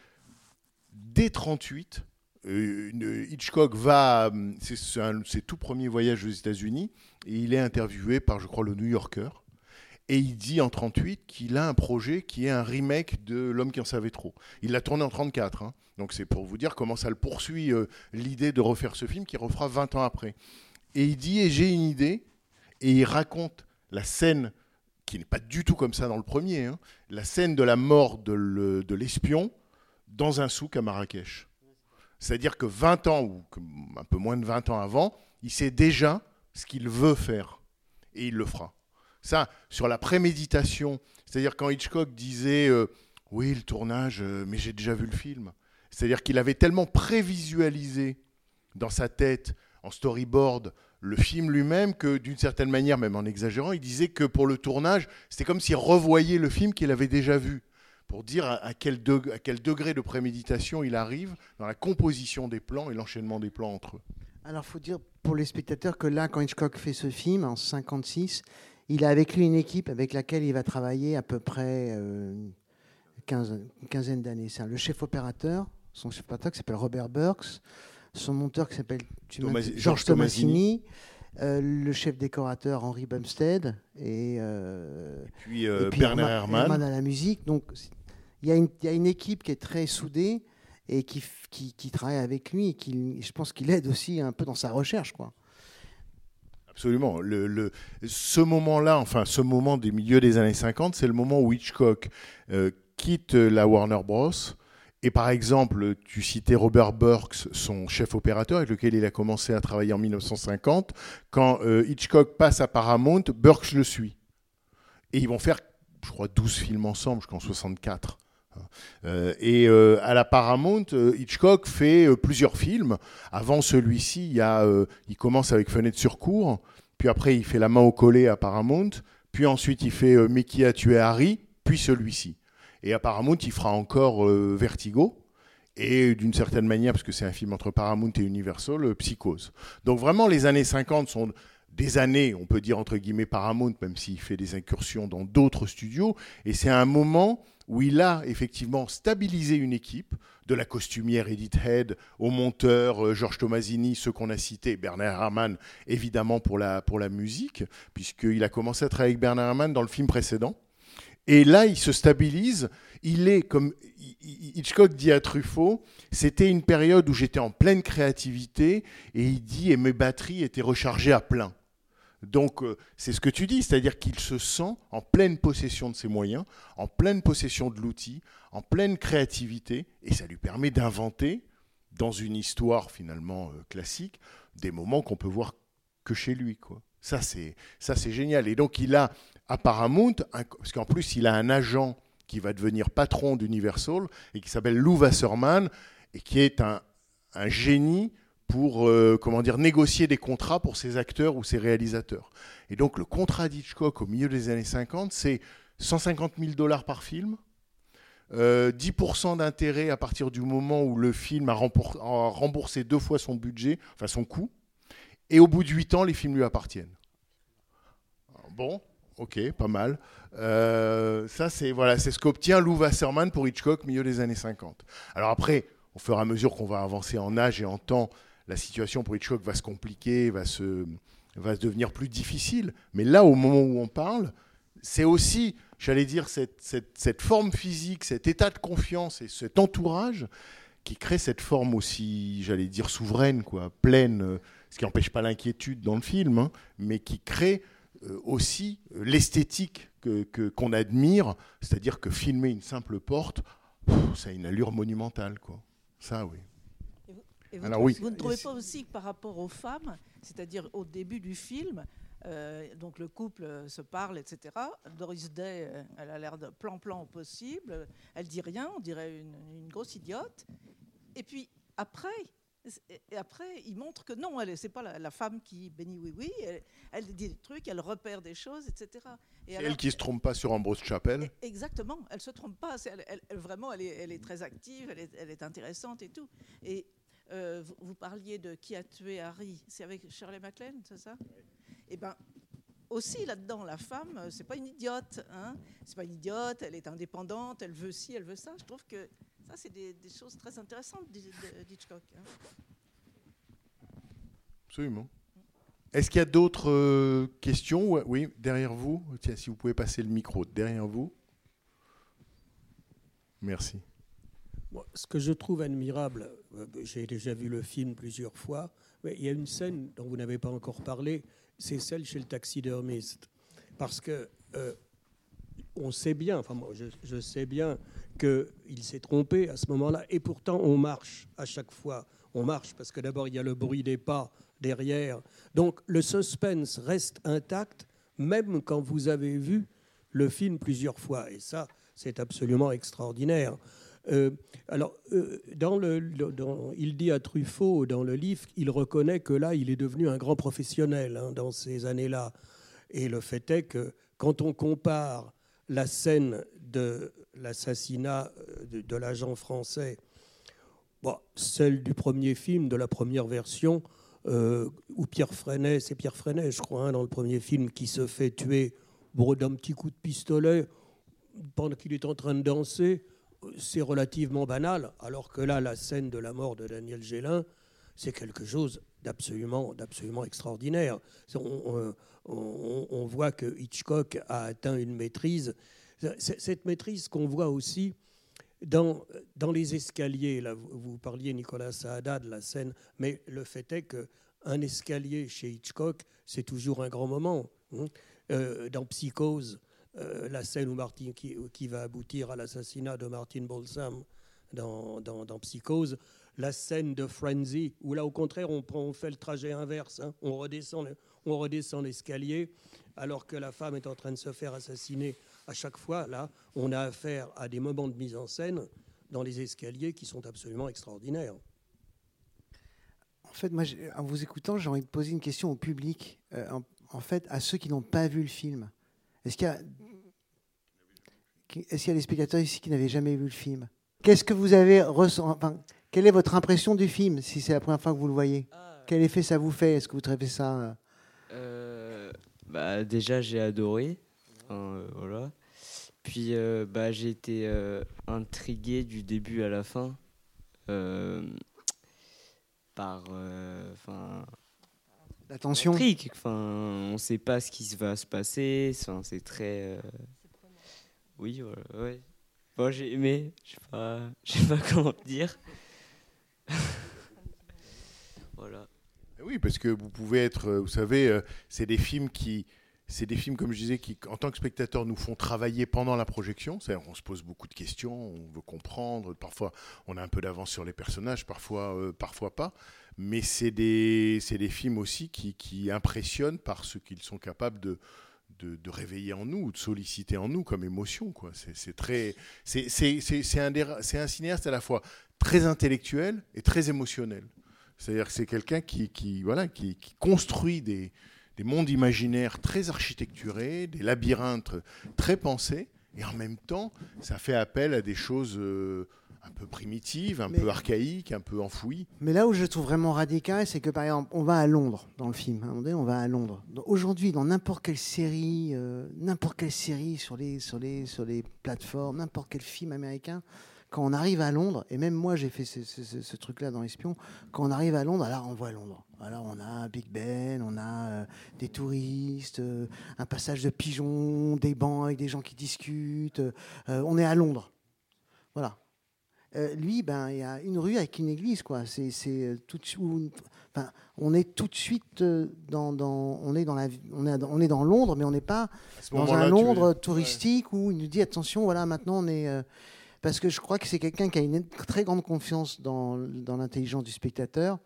dès trente-huit, euh, une- Hitchcock va, c'est c'est un- ses tout premiers voyages aux États-Unis, et il est interviewé par, je crois, le New Yorker, et il dit en trente-huit qu'il a un projet qui est un remake de L'homme qui en savait trop. Il l'a tourné en trente-quatre, hein. Donc c'est pour vous dire comment ça le poursuit, euh, l'idée de refaire ce film qu'il refera vingt ans après. Et il dit, et j'ai une idée, et il raconte la scène, qui n'est pas du tout comme ça dans le premier, hein, la scène de la mort de le- de l'espion dans un souk à Marrakech. C'est-à-dire que vingt ans, ou que- un peu moins de vingt ans avant, il sait déjà ce qu'il veut faire, et il le fera. Ça, sur la préméditation, c'est-à-dire quand Hitchcock disait euh, « Oui, le tournage, euh, mais j'ai déjà vu le film », c'est-à-dire qu'il avait tellement prévisualisé dans sa tête, en storyboard, le film lui-même, que d'une certaine manière, même en exagérant, il disait que pour le tournage, c'était comme s'il revoyait le film qu'il avait déjà vu, pour dire à, à quel degré, à quel degré de préméditation il arrive dans la composition des plans et l'enchaînement des plans entre eux. Alors, il faut dire pour les spectateurs que là, quand Hitchcock fait ce film, en cinquante-six, il a avec lui une équipe avec laquelle il va travailler à peu près euh, quinze, une quinzaine d'années. C'est le chef opérateur, son chef opérateur qui s'appelle Robert Burks, son monteur qui s'appelle tu m'as Thomas- dit, Georges Georges Tomasini, euh, le chef décorateur Henry Bumstead et, euh, Puis, euh, et puis Bernard Herman, Herrmann. Herrmann à la musique. Donc, c'est- il y, a une- il y a une équipe qui est très soudée et qui, f- qui, qui travaille avec lui et qui, je pense qu'il aide aussi un peu dans sa recherche, quoi. Absolument. Le, le- ce moment-là, enfin ce moment des milieux des années cinquante, c'est le moment où Hitchcock euh, quitte la Warner Bros. Et par exemple, tu citais Robert Burks, son chef opérateur avec lequel il a commencé à travailler en mille neuf cent cinquante. Quand euh, Hitchcock passe à Paramount, Burks le suit. Et ils vont faire, je crois, douze films ensemble jusqu'en soixante-quatre. Euh, et euh, à la Paramount, euh, Hitchcock fait euh, plusieurs films. Avant celui-ci, il, y a, euh, il commence avec Fenêtre sur cour, puis après il fait La main au collet à Paramount, puis ensuite il fait euh, Mais qui a tué Harry, puis celui-ci. Et à Paramount, il fera encore euh, Vertigo, et d'une certaine manière, parce que c'est un film entre Paramount et Universal, euh, Psychose. Donc vraiment, les années cinquante sont des années, on peut dire entre guillemets Paramount, même s'il fait des incursions dans d'autres studios, et c'est un moment où il a effectivement stabilisé une équipe, de la costumière Edith Head au monteur euh, Georges Tomasini, ceux qu'on a cités, Bernard Herrmann évidemment pour la, pour la musique, puisqu'il a commencé à travailler avec Bernard Herrmann dans le film précédent. Et là, il se stabilise. Il est, comme Hitchcock dit à Truffaut, c'était une période où j'étais en pleine créativité, et il dit, et mes batteries étaient rechargées à plein. Donc, euh, c'est ce que tu dis, c'est-à-dire qu'il se sent en pleine possession de ses moyens, en pleine possession de l'outil, en pleine créativité, et ça lui permet d'inventer, dans une histoire finalement euh, classique, des moments qu'on peut voir que chez lui, quoi. Ça, c'est, ça, c'est génial. Et donc, il a, à Paramount, un, parce qu'en plus, il a un agent qui va devenir patron d'Universal, et qui s'appelle Lou Wasserman, et qui est un, un génie pour euh, comment dire, négocier des contrats pour ses acteurs ou ses réalisateurs. Et donc le contrat d'Hitchcock au milieu des années cinquante, c'est cent cinquante mille dollars par film, euh, dix pour cent d'intérêt à partir du moment où le film a, remboursé, a remboursé deux fois son budget, enfin son coût, et au bout de huit ans, les films lui appartiennent. Bon, ok, pas mal. Euh, ça, c'est, voilà, c'est ce qu'obtient Lou Wasserman pour Hitchcock au milieu des années cinquante. Alors après, au fur et à mesure qu'on va avancer en âge et en temps, la situation pour Hitchcock va se compliquer, va se, va se devenir plus difficile. Mais là, au moment où on parle, c'est aussi, j'allais dire, cette, cette, cette forme physique, cet état de confiance et cet entourage qui crée cette forme aussi, j'allais dire, souveraine, quoi, pleine, ce qui n'empêche pas l'inquiétude dans le film, hein, mais qui crée euh, aussi l'esthétique que, que, qu'on admire, c'est-à-dire que filmer une simple porte, pff, ça a une allure monumentale, quoi. Ça, oui. Et vous, Alors oui. Vous ne trouvez pas aussi que par rapport aux femmes, c'est-à-dire au début du film, Euh, donc le couple euh, se parle, et cetera. Doris Day, euh, elle a l'air de plan-plan au possible. Elle dit rien, on dirait une, une grosse idiote. Et puis après, et après, il montre que non, elle, c'est pas la, la femme qui bénit oui oui. Elle, elle dit des trucs, elle repère des choses, et cetera. Et C'est alors, elle qui se trompe pas sur Ambrose Chappell. Exactement, elle se trompe pas. C'est, elle, elle, elle, vraiment, elle est, elle est très active, elle est, elle est intéressante et tout. Et euh, vous, vous parliez de Qui a tué Harry. C'est avec Shirley MacLaine, c'est ça? Oui. Et ben aussi là-dedans, la femme, c'est pas une idiote. Hein, c'est pas une idiote. Elle est indépendante. Elle veut ci, elle veut ça. Je trouve que ça, c'est des, des choses très intéressantes d'Hitchcock. Hein. Absolument. Est-ce qu'il y a d'autres euh, questions? Oui, derrière vous. Tiens, si vous pouvez passer le micro derrière vous. Merci. Bon, ce que je trouve admirable, euh, j'ai déjà vu le film plusieurs fois, mais il y a une scène dont vous n'avez pas encore parlé, c'est celle chez le taxidermiste. Parce que euh, on sait bien, enfin moi je, je sais bien qu'il s'est trompé à ce moment-là, et pourtant on marche à chaque fois. On marche parce que d'abord il y a le bruit des pas derrière. Donc le suspense reste intact, même quand vous avez vu le film plusieurs fois. Et ça, c'est absolument extraordinaire. Euh, alors, euh, dans le, dans, il dit à Truffaut, dans le livre, il reconnaît que là, il est devenu un grand professionnel hein, dans ces années-là. Et le fait est que quand on compare la scène de l'assassinat de, de l'agent français, bon, celle du premier film, de la première version, euh, où Pierre Freinet, c'est Pierre Freinet, je crois, hein, dans le premier film, qui se fait tuer bon, d'un petit coup de pistolet pendant qu'il est en train de danser, c'est relativement banal, alors que là, la scène de la mort de Daniel Gélin, c'est quelque chose d'absolument, d'absolument extraordinaire. On, on, on voit que Hitchcock a atteint une maîtrise. Cette maîtrise qu'on voit aussi dans, dans les escaliers. Là, vous, vous parliez, Nicolas Saada, de la scène, mais le fait est qu'un escalier chez Hitchcock, c'est toujours un grand moment. Hein. Euh, dans Psychose, Euh, la scène où Martin, qui, qui va aboutir à l'assassinat de Martin Balsam dans, dans, dans Psychose, la scène de Frenzy, où là au contraire on, prend, on fait le trajet inverse, hein, on, redescend le, on redescend l'escalier alors que la femme est en train de se faire assassiner. À chaque fois, là, on a affaire à des moments de mise en scène dans les escaliers qui sont absolument extraordinaires. En fait, moi, en vous écoutant, j'ai envie de poser une question au public, euh, en, en fait, à ceux qui n'ont pas vu le film. Est-ce qu'il y a, est-ce qu'il y a des spectateurs ici qui n'avaient jamais vu le film? Qu'est-ce que vous avez ressenti, enfin, quelle est votre impression du film, si c'est la première fois que vous le voyez? ah, Quel effet ça vous fait? Est-ce que vous trouvez ça euh, bah, déjà, j'ai adoré. Enfin, euh, voilà. Puis, euh, bah, j'ai été euh, intrigué du début à la fin euh, par... Enfin... Euh, Attention. Enfin, on ne sait pas ce qui va se passer. Enfin, c'est très. Euh... Oui, voilà, ouais. Bon, j'ai aimé. Je sais pas, je sais pas comment dire. Voilà. Oui, parce que vous pouvez être, vous savez, c'est des films qui, c'est des films comme je disais, qui, en tant que spectateurs, nous font travailler pendant la projection. C'est-à-dire, on se pose beaucoup de questions, on veut comprendre. Parfois, on a un peu d'avance sur les personnages, parfois, euh, parfois pas. Mais c'est des, c'est des films aussi qui, qui impressionnent par ce qu'ils sont capables de, de, de réveiller en nous, de solliciter en nous comme émotion, quoi. C'est, c'est, très, c'est, c'est, c'est, c'est, un des, c'est un cinéaste à la fois très intellectuel et très émotionnel. C'est-à-dire que c'est quelqu'un qui, qui, voilà, qui, qui construit des, des mondes imaginaires très architecturés, des labyrinthes très pensés, et en même temps, ça fait appel à des choses... Euh, un peu primitive, un mais, peu archaïque, un peu enfouie. Mais là où je trouve vraiment radical, c'est que par exemple, on va à Londres dans le film. On va à Londres. Aujourd'hui, dans n'importe quelle série, euh, n'importe quelle série sur les sur les sur les plateformes, n'importe quel film américain, quand on arrive à Londres, et même moi j'ai fait ce, ce, ce, ce truc-là dans Espion, quand on arrive à Londres, alors on voit Londres. Alors on a un Big Ben, on a euh, des touristes, euh, un passage de pigeons, des bancs avec des gens qui discutent. Euh, on est à Londres. Voilà. Euh, lui, ben, il y a une rue avec une église, quoi. C'est, c'est tout de suite, enfin, on est tout de suite dans, dans, on est dans la, on est, on est dans Londres, mais on n'est pas dans un Londres touristique ouais. Où il nous dit attention, voilà, maintenant on est, euh, parce que je crois que c'est quelqu'un qui a une très grande confiance dans, dans l'intelligence du spectateur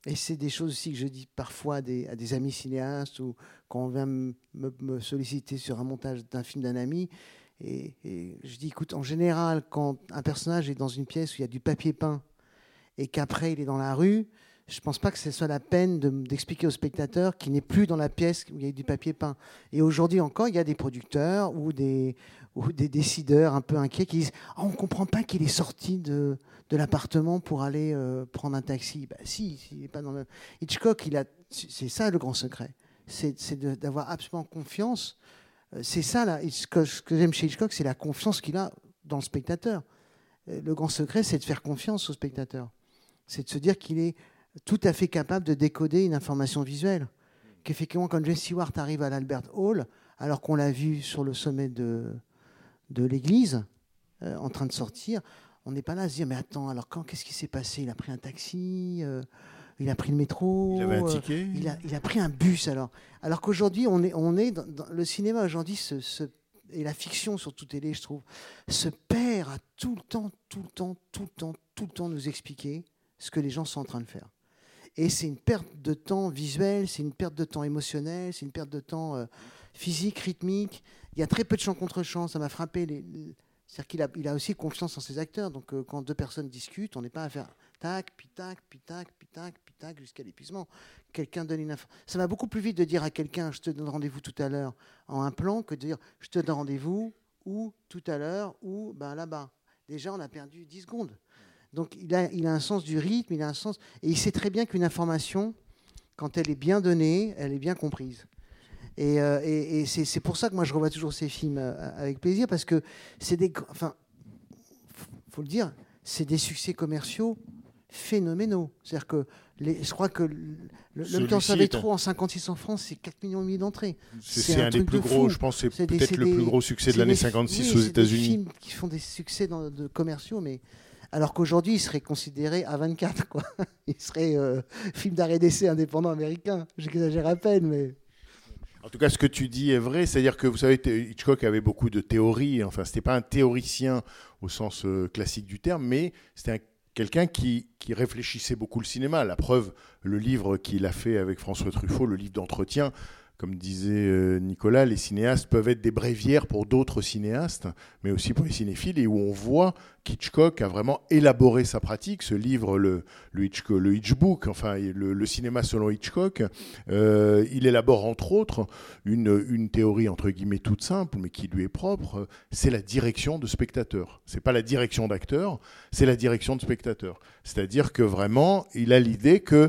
Et c'est des choses aussi que je dis parfois à des, à des amis cinéastes ou quand on vient me, me- me solliciter sur un montage d'un film d'un ami. Et, et je dis, écoute, en général, quand un personnage est dans une pièce où il y a du papier peint et qu'après il est dans la rue, je ne pense pas que ce soit la peine de- d'expliquer au spectateur qu'il n'est plus dans la pièce où il y a du papier peint. Et aujourd'hui encore, il y a des producteurs ou des, ou des décideurs un peu inquiets qui disent oh, on ne comprend pas qu'il est sorti de, de l'appartement pour aller euh, prendre un taxi. Ben, si, s'il n'est pas dans le... Hitchcock, il a... c'est ça le grand secret. C'est c'est de- d'avoir absolument confiance. Euh, C'est ça, là. Ce que, ce que j'aime chez Hitchcock, c'est la confiance qu'il a dans le spectateur. Euh, Le grand secret, c'est de faire confiance au spectateur. C'est de se dire qu'il est tout à fait capable de décoder une information visuelle. Qu'effectivement, quand James Stewart arrive à l'Albert Hall, alors qu'on l'a vu sur le sommet de, de l'église, euh, en train de sortir, on n'est pas là à se dire, mais attends, alors quand, qu'est-ce qui s'est passé? Il a pris un taxi, euh, il a pris le métro, Il avait un euh, ticket. il, a, il a pris un bus. Alors, alors qu'aujourd'hui, on est, on est dans, dans- le cinéma aujourd'hui, se, se- et la fiction surtout télé, je trouve, se perd à tout le temps, tout le temps, tout le temps, tout le temps nous expliquer ce que les gens sont en train de faire. Et c'est une perte de temps visuel, c'est une perte de temps émotionnel, c'est une perte de temps euh, physique, rythmique. Il y a très peu de chant contre chant, ça m'a frappé. Les, les- C'est-à-dire qu'il a, il a aussi confiance en ses acteurs. Donc euh, quand deux personnes discutent, on n'est pas à faire tac, puis tac, puis tac, puis tac, puis tac, jusqu'à l'épuisement. Quelqu'un donne une info. Ça va beaucoup plus vite de dire à quelqu'un je te donne rendez-vous tout à l'heure en un plan que de dire je te donne rendez-vous ou tout à l'heure ou ben, là-bas. Déjà, on a perdu dix secondes. Donc il a, il a un sens du rythme, il a un sens. Et il sait très bien qu'une information, quand elle est bien donnée, elle est bien comprise. Et, euh, et, et c'est, c'est pour ça que moi je revois toujours ces films euh, avec plaisir, parce que c'est des. Enfin, faut le dire, c'est des succès commerciaux phénoménaux. C'est-à-dire que les, je crois que le, le Celui-ci temps savait est un- trop en cinquante-six en France, c'est quatre millions et demi d'entrées. C'est C'est c'est un un des truc plus de gros, fou. je pense, c'est C'est des- peut-être c'est le des- plus gros succès de c'est l'année des- cinquante-six oui, aux c'est des États-Unis. films qui font des succès dans, de commerciaux, mais alors qu'aujourd'hui, ils seraient considérés à vingt-quatre, quoi. Ils seraient euh, film d'arrêt d'essai indépendant américain. J'exagère à peine, mais. En tout cas, ce que tu dis est vrai, c'est-à-dire que vous savez, Hitchcock avait beaucoup de théories. Enfin, c'était pas un théoricien au sens euh, classique du terme, mais c'était un- quelqu'un qui, qui réfléchissait beaucoup le cinéma. La preuve, le livre qu'il a fait avec François Truffaut, le livre d'entretien, comme disait euh, Nicolas, les cinéastes peuvent être des bréviaires pour d'autres cinéastes, mais aussi pour les cinéphiles, et où on voit qu'Hitchcock a vraiment élaboré sa pratique. Ce livre, le, le, Hitchcock, le Hitchbook, enfin le, le cinéma selon Hitchcock, euh, il élabore entre autres une, une théorie entre guillemets toute simple, mais qui lui est propre, c'est la direction de spectateur. C'est pas la direction d'acteur, c'est la direction de spectateur. C'est-à-dire que vraiment, il a l'idée que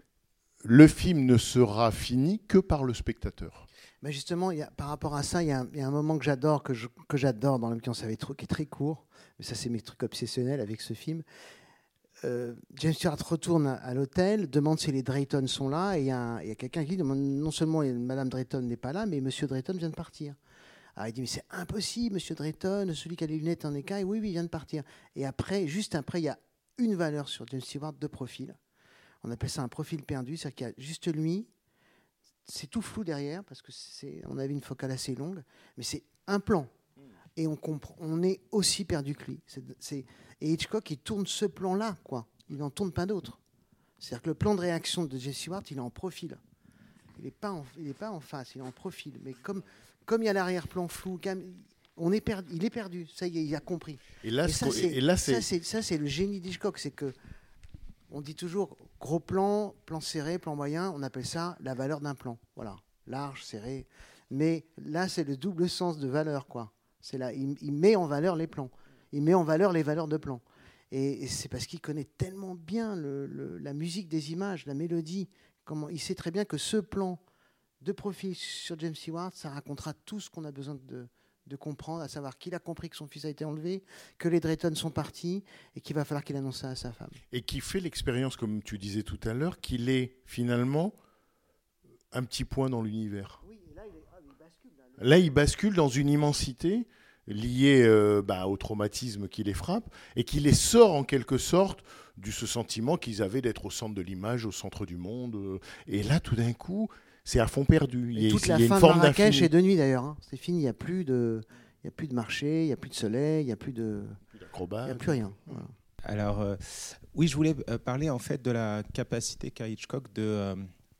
le film ne sera fini que par le spectateur. Mais justement, il y a, par rapport à ça, il y, a un, il y a un moment que j'adore, que, je, que j'adore dans l'ambiance avec trop, qui est très court, mais ça c'est mes trucs obsessionnels avec ce film. Euh, James Stewart retourne à, à l'hôtel, demande si les Drayton sont là, et il y a, un- il y a quelqu'un qui dit non seulement Madame Drayton n'est pas là, mais Monsieur Drayton vient de partir. Alors il dit mais c'est impossible, Monsieur Drayton, celui qui a les lunettes en écaille, oui oui, il vient de partir. Et après, juste après, il y a une valeur sur James Stewart de profil. On appelle ça un profil perdu, c'est-à-dire qu'il y a juste lui, c'est tout flou derrière, parce que c'est, on avait une focale assez longue, mais c'est un plan. Et on, comprend, on est aussi perdu que lui. C'est, c'est, et Hitchcock, il tourne ce plan-là, quoi. Il n'en tourne pas d'autres. C'est-à-dire que le plan de réaction de James Stewart, il est en profil. Il n'est pas, pas en face, il est en profil. Mais comme, comme il y a l'arrière-plan flou, on est perdu, il est perdu. Ça y est, il a compris. Et là, et ça, c'est, et là, c'est... Ça, c'est, ça, c'est le génie d'Hitchcock, c'est que on dit toujours gros plan, plan serré, plan moyen, on appelle ça la valeur d'un plan. Voilà, large, serré. Mais là, c'est le double sens de valeur, quoi. C'est là, il, il met en valeur les plans. Il met en valeur les valeurs de plan. Et, et c'est parce qu'il connaît tellement bien le, le, la musique des images, la mélodie. Comment, il sait très bien que ce plan de profil sur James Stewart, ça racontera tout ce qu'on a besoin de, de comprendre, à savoir qu'il a compris que son fils a été enlevé, que les Drayton sont partis et qu'il va falloir qu'il annonce ça à sa femme. Et qui fait l'expérience, comme tu disais tout à l'heure, qu'il est finalement un petit point dans l'univers. Oui, là, il, est, ah, il bascule. Là, là, il bascule dans une immensité liée euh, bah, au traumatisme qui les frappe et qui les sort en quelque sorte de ce sentiment qu'ils avaient d'être au centre de l'image, au centre du monde. Et là, tout d'un coup, c'est à fond perdu. Et il y a, toute il la y a fin une de forme Marrakech d'infini. est de nuit d'ailleurs. Hein. C'est fini, il n'y a plus de, il y a plus de marché, il n'y a plus de soleil, il n'y a plus de, D'acrobates. il n'y a plus rien. Voilà. Alors, euh, Oui, je voulais euh, parler en fait de la capacité qu'a Hitchcock de, euh,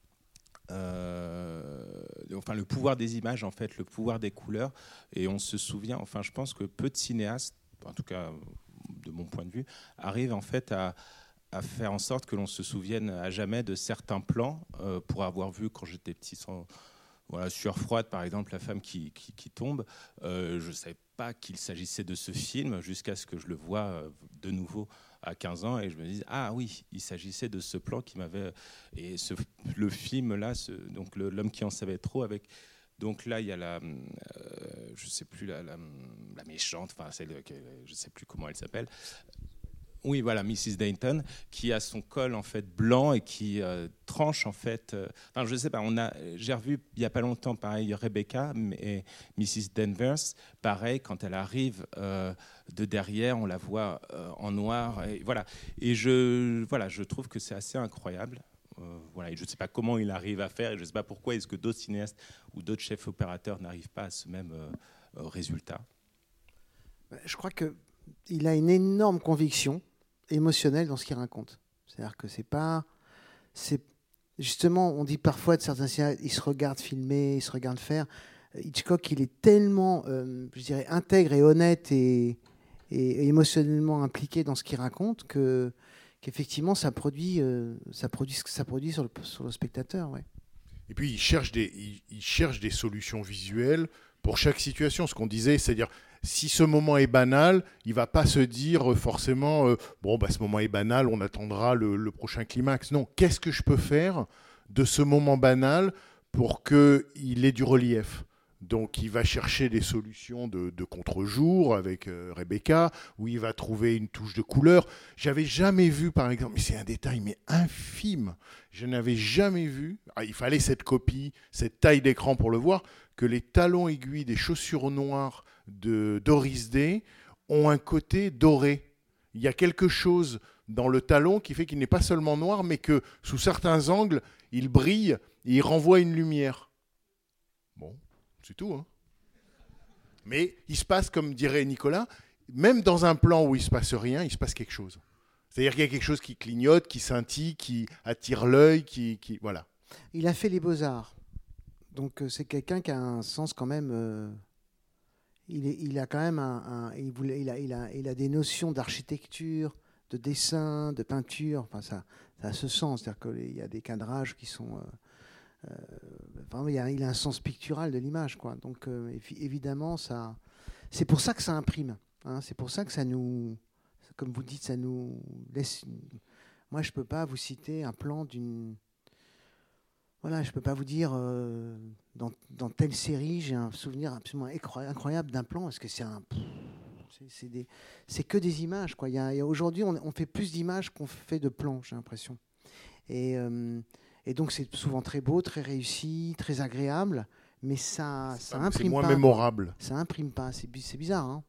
euh, de- enfin le pouvoir des images en fait, le pouvoir des couleurs. Et on se souvient, enfin je pense que peu de cinéastes, en tout cas de mon point de vue, arrivent en fait à, à faire en sorte que l'on se souvienne à jamais de certains plans euh, pour avoir vu quand j'étais petit sans voilà, Sueur froide, par exemple, la femme qui, qui, qui tombe. Euh, je ne savais pas qu'il s'agissait de ce film jusqu'à ce que je le voie euh, de nouveau à quinze ans et je me dis ah oui, il s'agissait de ce plan qui m'avait et ce, le film là, ce, donc le, l'homme qui en savait trop avec. Donc là, il y a la, euh, je sais plus la, la, la méchante, enfin celle, que- je sais plus comment elle s'appelle. Oui, voilà, missus Dayton, qui a son col en fait blanc et qui euh, tranche en fait. euh, Enfin, je sais pas. On a, j'ai revu il y a pas longtemps, pareil, Rebecca et missus Danvers, pareil, quand elle arrive euh, de derrière, on la voit euh, en noir. Et voilà. Et je, voilà, je trouve que c'est assez incroyable. Euh, voilà. Et je ne sais pas comment il arrive à faire. Et je ne sais pas pourquoi est-ce que d'autres cinéastes ou d'autres chefs opérateurs n'arrivent pas à ce même euh, euh, résultat. Je crois qu'il a une énorme conviction émotionnelle dans ce qu'il raconte. C'est-à-dire que c'est pas... C'est, justement, on dit parfois de certains cinéastes, ils se regardent filmer, ils se regardent faire. Hitchcock, il est tellement, euh, je dirais, intègre et honnête et, et, et émotionnellement impliqué dans ce qu'il raconte que, qu'effectivement, ça produit, euh, ça produit ce que ça produit sur le, sur le spectateur. Ouais. Et puis, il cherche des, il, il cherche des solutions visuelles pour chaque situation. Ce qu'on disait, c'est-à-dire, si ce moment est banal, il ne va pas se dire forcément, euh, bon, bah, ce moment est banal, on attendra le, le prochain climax. Non, qu'est-ce que je peux faire de ce moment banal pour qu'il ait du relief ? Donc, il va chercher des solutions de, de contre-jour avec euh, Rebecca, où il va trouver une touche de couleur. J'avais jamais vu, par exemple, mais c'est un détail, mais infime, je n'avais jamais vu, ah, il fallait cette copie, cette taille d'écran pour le voir, que les talons aiguilles des chaussures noires de Doris Day ont un côté doré. Il y a quelque chose dans le talon qui fait qu'il n'est pas seulement noir, mais que sous certains angles, il brille et il renvoie une lumière. Bon. C'est tout. Hein. Mais il se passe, comme dirait Nicolas, même dans un plan où il ne se passe rien, il se passe quelque chose. C'est-à-dire qu'il y a quelque chose qui clignote, qui scintille, qui attire l'œil, qui, qui... Voilà. Il a fait les beaux-arts. Donc euh, c'est quelqu'un qui a un sens quand même... Euh, il, est, il a quand même un... un il, voulait, il, a, il, a, il a des notions d'architecture, de dessin, de peinture. Enfin, ça, ça a ce sens. C'est-à-dire qu'il y a des cadrages qui sont... Euh, Euh, vraiment, il, a, il a un sens pictural de l'image, quoi. Donc euh, évidemment, ça, c'est pour ça que ça imprime. Hein, c'est pour ça que ça nous, comme vous dites, ça nous laisse. Une... Moi, je peux pas vous citer un plan d'une. Voilà, je peux pas vous dire euh, dans, dans telle série, j'ai un souvenir absolument incroyable d'un plan, parce que c'est un. C'est, c'est, des, c'est que des images, quoi. Il y a, il y a, aujourd'hui, on, on fait plus d'images qu'on fait de plans, j'ai l'impression. Et euh, Et donc c'est souvent très beau, très réussi, très agréable, mais ça, c'est ça pas, imprime c'est moins pas. mémorable. Ça imprime pas. C'est, c'est bizarre, hein.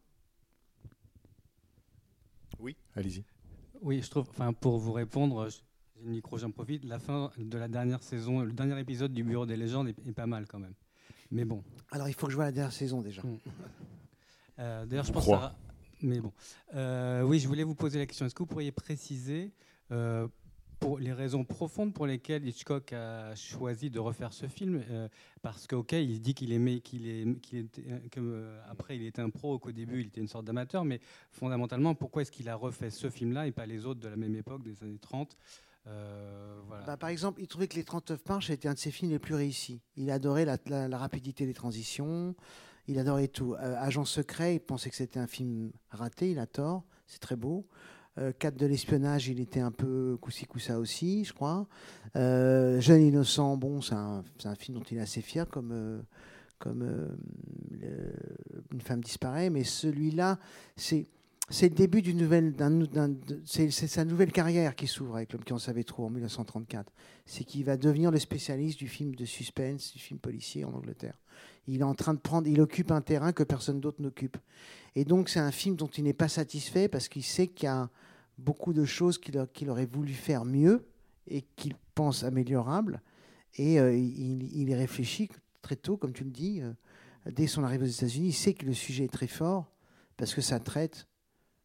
Oui, allez-y. Oui, je trouve. Enfin, pour vous répondre, Nico, j'en profite. La fin de la dernière saison, le dernier épisode du Bureau des légendes est, est pas mal quand même. Mais bon. Alors il faut que je voie la dernière saison déjà. Mmh. Euh, d'ailleurs, je je pense. crois. À... Mais bon. Euh, oui, je voulais vous poser la question. Est-ce que vous pourriez préciser euh, pour les raisons profondes pour lesquelles Hitchcock a choisi de refaire ce film, euh, parce qu'ok, il dit qu'il aimait, qu'il est, qu'il était, que, euh, après il était un pro, qu'au début il était une sorte d'amateur, mais fondamentalement, pourquoi est-ce qu'il a refait ce film-là et pas les autres de la même époque, des années trente euh, voilà. Bah, par exemple, il trouvait que Les trente-neuf marches était un de ses films les plus réussis. Il adorait la, la, la rapidité des transitions, il adorait tout. Euh, Agent secret, il pensait que c'était un film raté, il a tort, c'est très beau. Euh, Cadre de l'espionnage, il était un peu coussi coussa aussi, je crois. Euh, Jeune innocent, bon, c'est un, c'est un film dont il est assez fier, comme, euh, comme euh, le, Une femme disparaît. Mais celui-là, c'est, c'est le début d'une nouvelle, d'un, d'un, c'est, c'est sa nouvelle carrière qui s'ouvre avec L'homme qui en savait trop en dix-neuf cent trente-quatre. C'est qu'il va devenir le spécialiste du film de suspense, du film policier en Angleterre. Il est en train de prendre, il occupe un terrain que personne d'autre n'occupe. Et donc c'est un film dont il n'est pas satisfait parce qu'il sait qu'il y a beaucoup de choses qu'il, a, qu'il aurait voulu faire mieux et qu'il pense améliorables. Et euh, il, il y réfléchit très tôt, comme tu le dis, euh, dès son arrivée aux États-Unis. Il sait que le sujet est très fort parce que ça traite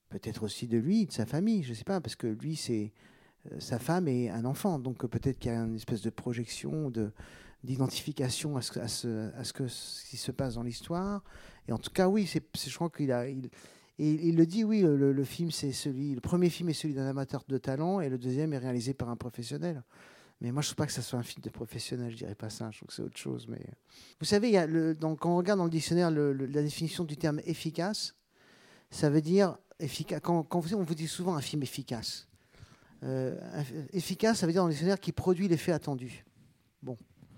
peut-être aussi de lui, de sa famille, je ne sais pas, parce que lui, c'est euh, sa femme et un enfant. Donc euh, peut-être qu'il y a une espèce de projection, de, d'identification à ce, à, ce, à ce, que, ce qui se passe dans l'histoire. Et en tout cas, oui, c'est, c'est, je crois qu'il a... Il, et il le dit, oui, le, le film, c'est celui... Le premier film est celui d'un amateur de talent et le deuxième est réalisé par un professionnel. Mais moi, je ne trouve pas que ça soit un film de professionnel, je ne dirais pas ça, je trouve que c'est autre chose. Mais... Vous savez, il y a le, donc, quand on regarde dans le dictionnaire le, le, la définition du terme efficace, ça veut dire, efficace, quand, quand vous, on vous dit souvent un film efficace. Euh, efficace, ça veut dire dans le dictionnaire qui produit l'effet attendu. Bon.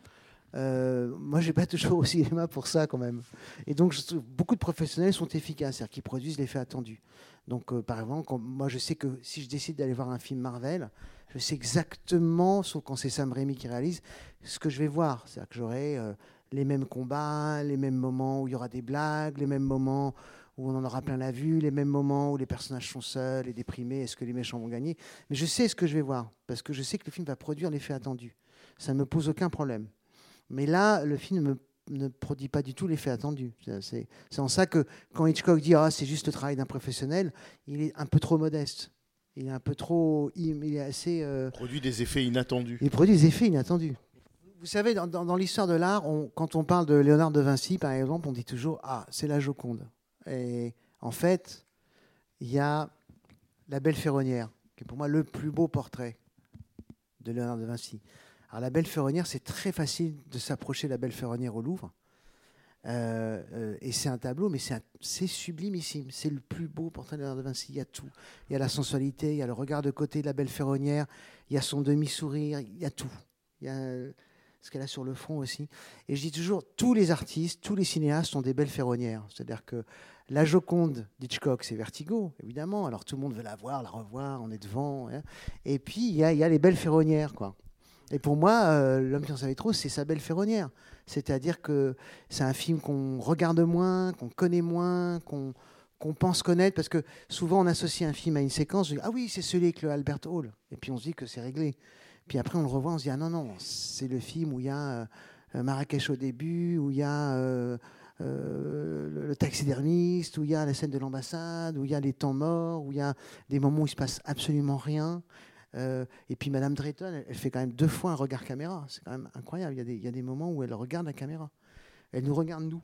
Euh, moi, je n'ai pas toujours au cinéma pour ça, quand même. Et donc, je trouve, beaucoup de professionnels sont efficaces, c'est-à-dire qu'ils produisent l'effet attendu. Donc, euh, par exemple, quand, moi, je sais que si je décide d'aller voir un film Marvel, je sais exactement, sauf quand c'est Sam Raimi qui réalise, ce que je vais voir. C'est-à-dire que j'aurai euh, les mêmes combats, les mêmes moments où il y aura des blagues, les mêmes moments où on en aura plein la vue, les mêmes moments où les personnages sont seuls et déprimés, est-ce que les méchants vont gagner? Mais je sais ce que je vais voir, parce que je sais que le film va produire l'effet attendu. Ça ne me pose aucun problème. Mais là, le film me, ne produit pas du tout l'effet attendu. C'est, c'est en ça que quand Hitchcock dit ah, c'est juste le travail d'un professionnel, il est un peu trop modeste. Il est un peu trop... Il est assez... Euh, il produit des effets inattendus. Il produit des effets inattendus. Vous savez, dans, dans, dans l'histoire de l'art, on, quand on parle de Léonard de Vinci, par exemple, on dit toujours « Ah, c'est la Joconde ». Et en fait, il y a La Belle Ferronnière, qui est pour moi le plus beau portrait de Léonard de Vinci. Alors, La Belle Ferronnière, c'est très facile de s'approcher de La Belle Ferronnière au Louvre. Euh, euh, et c'est un tableau, mais c'est, un, c'est sublimissime. C'est le plus beau portrait de Léonard de Vinci. Il y a tout. Il y a la sensualité, il y a le regard de côté de La Belle Ferronnière, il y a son demi-sourire, il y a tout. Il y a ce qu'elle a sur le front aussi. Et je dis toujours, tous les artistes, tous les cinéastes sont des belles ferronnières. C'est-à-dire que la Joconde d'Hitchcock, c'est Vertigo, évidemment. Alors tout le monde veut la voir, la revoir, on est devant. Hein. Et puis, il y a, il y a les belles ferronnières, quoi. Et pour moi, euh, L'homme qui en savait trop, c'est sa belle ferronnière. C'est-à-dire que c'est un film qu'on regarde moins, qu'on connaît moins, qu'on, qu'on pense connaître, parce que souvent on associe un film à une séquence, je dis, ah oui, c'est celui avec le Albert Hall. Et puis on se dit que c'est réglé. Puis après on le revoit, on se dit, ah non, non, c'est le film où il y a euh, Marrakech au début, où il y a euh, euh, le, le taxidermiste, où il y a la scène de l'ambassade, où il y a les temps morts, où il y a des moments où il ne se passe absolument rien. Euh, et puis Madame Drayton, elle, elle fait quand même deux fois un regard caméra. C'est quand même incroyable. Il y a des, il y a des moments où elle regarde la caméra. Elle nous regarde, nous.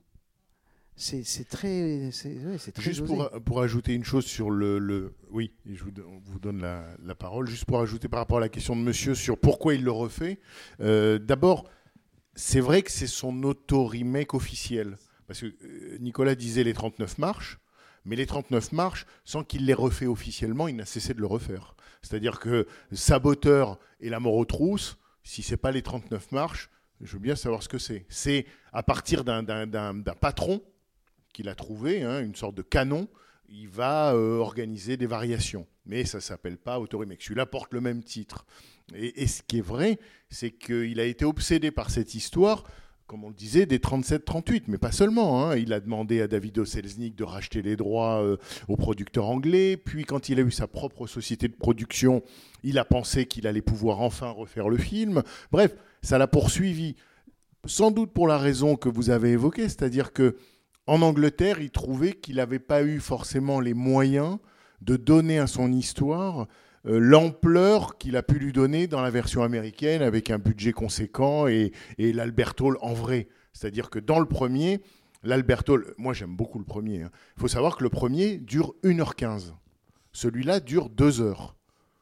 C'est, c'est très, c'est, ouais, c'est très Juste pour, pour ajouter une chose sur le... le oui, je vous, on vous donne la, la parole. Juste pour ajouter par rapport à la question de monsieur sur pourquoi il le refait. Euh, d'abord, c'est vrai que c'est son auto-remake officiel. Parce que euh, Nicolas disait les trente-neuf marches. Mais les trente-neuf marches, sans qu'il les refait officiellement, il n'a cessé de le refaire. C'est-à-dire que Saboteur et La mort aux trousses, si ce n'est pas les trente-neuf marches, je veux bien savoir ce que c'est. C'est à partir d'un, d'un, d'un, d'un patron qu'il a trouvé, hein, une sorte de canon, il va euh, organiser des variations. Mais ça ne s'appelle pas auto-remake. Celui-là porte le même titre. Et, et ce qui est vrai, c'est qu'il a été obsédé par cette histoire, comme on le disait, des trente-sept trente-huit, mais pas seulement. Hein. Il a demandé à David O. Selznick de racheter les droits euh, aux producteurs anglais. Puis, quand il a eu sa propre société de production, il a pensé qu'il allait pouvoir enfin refaire le film. Bref, ça l'a poursuivi, sans doute pour la raison que vous avez évoquée, c'est-à-dire qu'en Angleterre, il trouvait qu'il n'avait pas eu forcément les moyens de donner à son histoire Euh, l'ampleur qu'il a pu lui donner dans la version américaine avec un budget conséquent et, et l'Albert Hall en vrai. C'est-à-dire que dans le premier, l'Albert Hall, moi j'aime beaucoup le premier, il hein. faut savoir que le premier dure une heure quinze. Celui-là dure deux heures.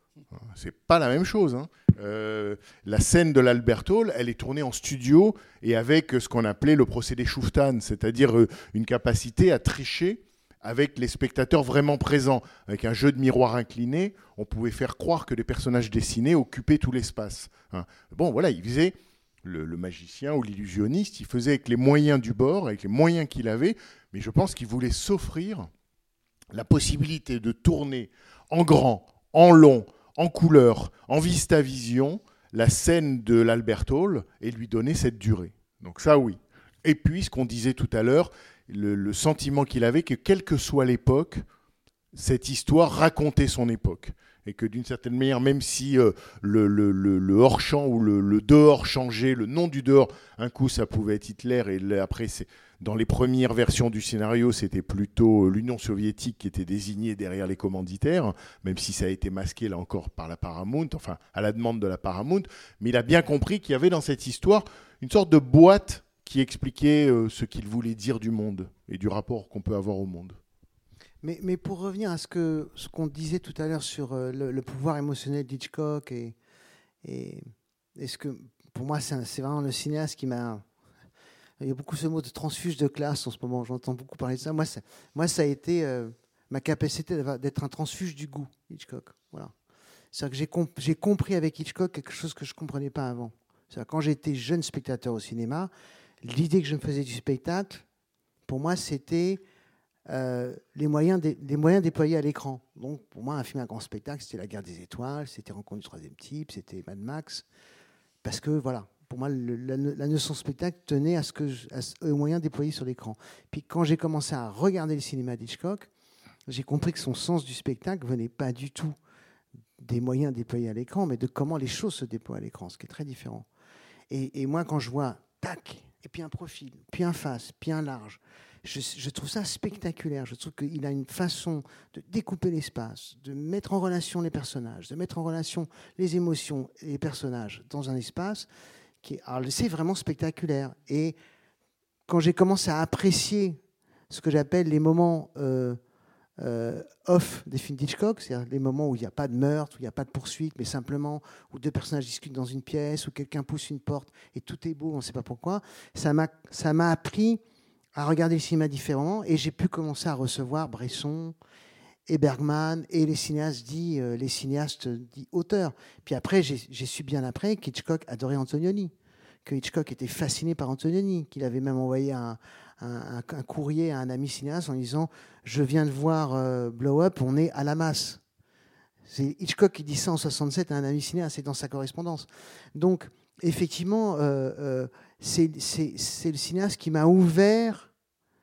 C'est pas la même chose. Hein. Euh, la scène de l'Albert Hall, elle est tournée en studio et avec ce qu'on appelait le procédé Schuftan, c'est-à-dire une capacité à tricher avec les spectateurs vraiment présents. Avec un jeu de miroir incliné, on pouvait faire croire que les personnages dessinés occupaient tout l'espace. Hein. Bon, voilà, il faisait, le, le magicien ou l'illusionniste, il faisait avec les moyens du bord, avec les moyens qu'il avait, mais je pense qu'il voulait s'offrir la possibilité de tourner en grand, en long, en couleur, en vista-vision, la scène de l'Albert Hall et lui donner cette durée. Donc ça, oui. Et puis, ce qu'on disait tout à l'heure, Le, le sentiment qu'il avait que, quelle que soit l'époque, cette histoire racontait son époque. et que d'une certaine manière, même si euh, le, le, le, le hors-champ ou le, le dehors changeait, le nom du dehors, un coup ça pouvait être Hitler, et là, après, c'est, dans les premières versions du scénario, c'était plutôt l'Union soviétique qui était désignée derrière les commanditaires, même si ça a été masqué là encore par la Paramount, enfin à la demande de la Paramount, mais il a bien compris qu'il y avait dans cette histoire une sorte de boîte qui expliquait euh, ce qu'il voulait dire du monde et du rapport qu'on peut avoir au monde. Mais, mais pour revenir à ce, que, ce qu'on disait tout à l'heure sur euh, le, le pouvoir émotionnel d'Hitchcock, et, et, et ce que, pour moi, c'est, un, c'est vraiment le cinéaste qui m'a... Il y a beaucoup ce mot de transfuge de classe en ce moment, j'entends beaucoup parler de ça. Moi, ça, moi, ça a été euh, ma capacité d'être un transfuge du goût, Hitchcock. Voilà. C'est-à-dire que j'ai, comp- j'ai compris avec Hitchcock quelque chose que je ne comprenais pas avant. C'est-à-dire quand j'étais jeune spectateur au cinéma, l'idée que je me faisais du spectacle, pour moi, c'était... Euh, les, moyens dé- les moyens déployés à l'écran. Donc, pour moi, un film à grand spectacle, c'était La Guerre des Étoiles, c'était Rencontre du troisième type, c'était Mad Max. Parce que, voilà, pour moi, le, la, la notion spectacle tenait à ce que je, à ce, aux moyens déployés sur l'écran. Puis, quand j'ai commencé à regarder le cinéma d'Hitchcock, j'ai compris que son sens du spectacle venait pas du tout des moyens déployés à l'écran, mais de comment les choses se déploient à l'écran, ce qui est très différent. Et, et moi, quand je vois, tac, et puis un profil, puis un face, puis un large, Je, je trouve ça spectaculaire. Je trouve qu'il a une façon de découper l'espace, de mettre en relation les personnages, de mettre en relation les émotions et les personnages dans un espace qui est, alors, c'est vraiment spectaculaire. Et quand j'ai commencé à apprécier ce que j'appelle les moments euh, euh, off des films d'Hitchcock, c'est-à-dire les moments où il n'y a pas de meurtre, où il n'y a pas de poursuite, mais simplement où deux personnages discutent dans une pièce, où quelqu'un pousse une porte et tout est beau, on ne sait pas pourquoi, ça m'a, ça m'a appris à regarder le cinéma différemment, et j'ai pu commencer à recevoir Bresson et Bergman et les cinéastes dits, euh, les cinéastes dits auteurs. Puis après, j'ai, j'ai su bien après qu'Hitchcock adorait Antonioni, que Hitchcock était fasciné par Antonioni, qu'il avait même envoyé un, un, un, un courrier à un ami cinéaste en disant « Je viens de voir euh, Blow Up, on est à la masse ». C'est Hitchcock qui dit ça en soixante-sept à un ami cinéaste, c'est dans sa correspondance. Donc, effectivement, euh, euh, c'est, c'est, c'est le cinéaste qui m'a ouvert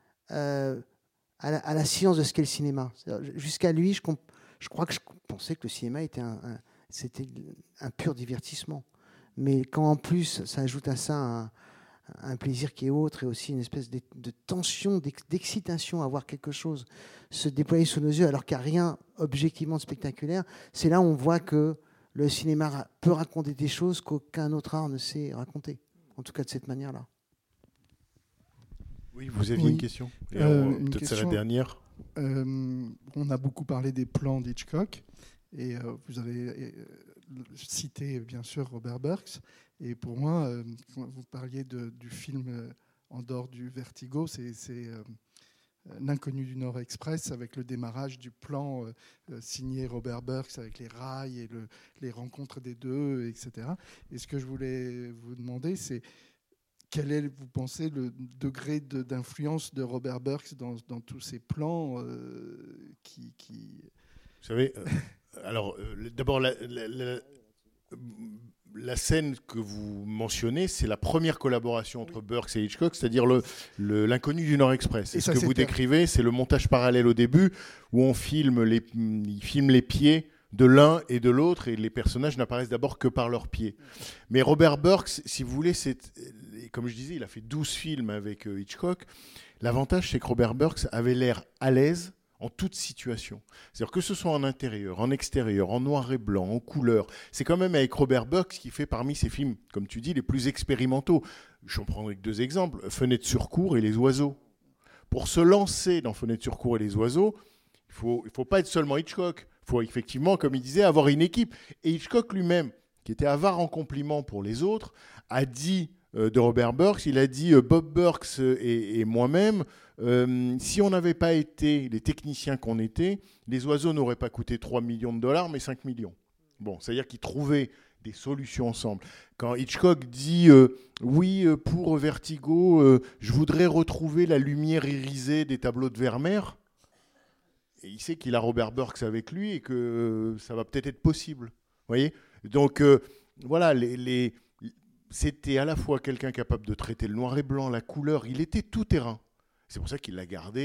euh, à, la, à la science de ce qu'est le cinéma. C'est-à-dire, jusqu'à lui, je, comp- je crois que je pensais que le cinéma était un, un, c'était un pur divertissement. Mais quand en plus, ça ajoute à ça un, un plaisir qui est autre, et aussi une espèce de, de tension, d'excitation à voir quelque chose se déployer sous nos yeux alors qu'il n'y a rien objectivement spectaculaire, c'est là où on voit que le cinéma peut raconter des choses qu'aucun autre art ne sait raconter, en tout cas de cette manière-là. Oui, vous aviez oui. une question et euh, on, une Peut-être question, c'est la dernière. Euh, on a beaucoup parlé des plans d'Hitchcock, et euh, vous avez euh, cité bien sûr Robert Burks. Et pour moi, euh, quand vous parliez de, du film euh, En dehors du Vertigo, c'est, c'est euh, L'Inconnu du Nord Express, avec le démarrage du plan euh, euh, signé Robert Burks, avec les rails et le, les rencontres des deux, et cetera. Et ce que je voulais vous demander, c'est quel est, vous pensez, le degré de, d'influence de Robert Burks dans, dans tous ces plans euh, qui, qui... Vous savez, euh, alors euh, d'abord, la, la, la, la scène que vous mentionnez, c'est la première collaboration entre oui. Burks et Hitchcock, c'est-à-dire le, le, l'Inconnu du Nord Express. Et, et ce que vous décrivez, c'est le montage parallèle au début, où on filme les, il filme les pieds de l'un et de l'autre, et les personnages n'apparaissent d'abord que par leurs pieds. Mais Robert Burks, si vous voulez, c'est, comme je disais, il a fait douze films avec Hitchcock. L'avantage, c'est que Robert Burks avait l'air à l'aise en toute situation. C'est-à-dire que ce soit en intérieur, en extérieur, en noir et blanc, en couleur. C'est quand même avec Robert Burks qui fait parmi ses films, comme tu dis, les plus expérimentaux. J'en prendrai que deux exemples, Fenêtre sur cour et Les Oiseaux. Pour se lancer dans Fenêtre sur cour et Les Oiseaux, il faut, il faut pas être seulement Hitchcock. Il faut effectivement, comme il disait, avoir une équipe. Et Hitchcock lui-même, qui était avare en compliments pour les autres, a dit euh, de Robert Burks, il a dit euh, Bob Burks et, et moi-même, euh, si on n'avait pas été les techniciens qu'on était, Les Oiseaux n'auraient pas coûté trois millions de dollars, mais cinq millions. Bon, c'est-à-dire qu'ils trouvaient des solutions ensemble. Quand Hitchcock dit euh, oui, pour Vertigo, euh, je voudrais retrouver la lumière irisée des tableaux de Vermeer, et il sait qu'il a Robert Burks avec lui et que ça va peut-être être possible. Vous voyez ? Donc, euh, voilà, les, les, c'était à la fois quelqu'un capable de traiter le noir et blanc, la couleur. Il était tout terrain. C'est pour ça qu'il l'a gardé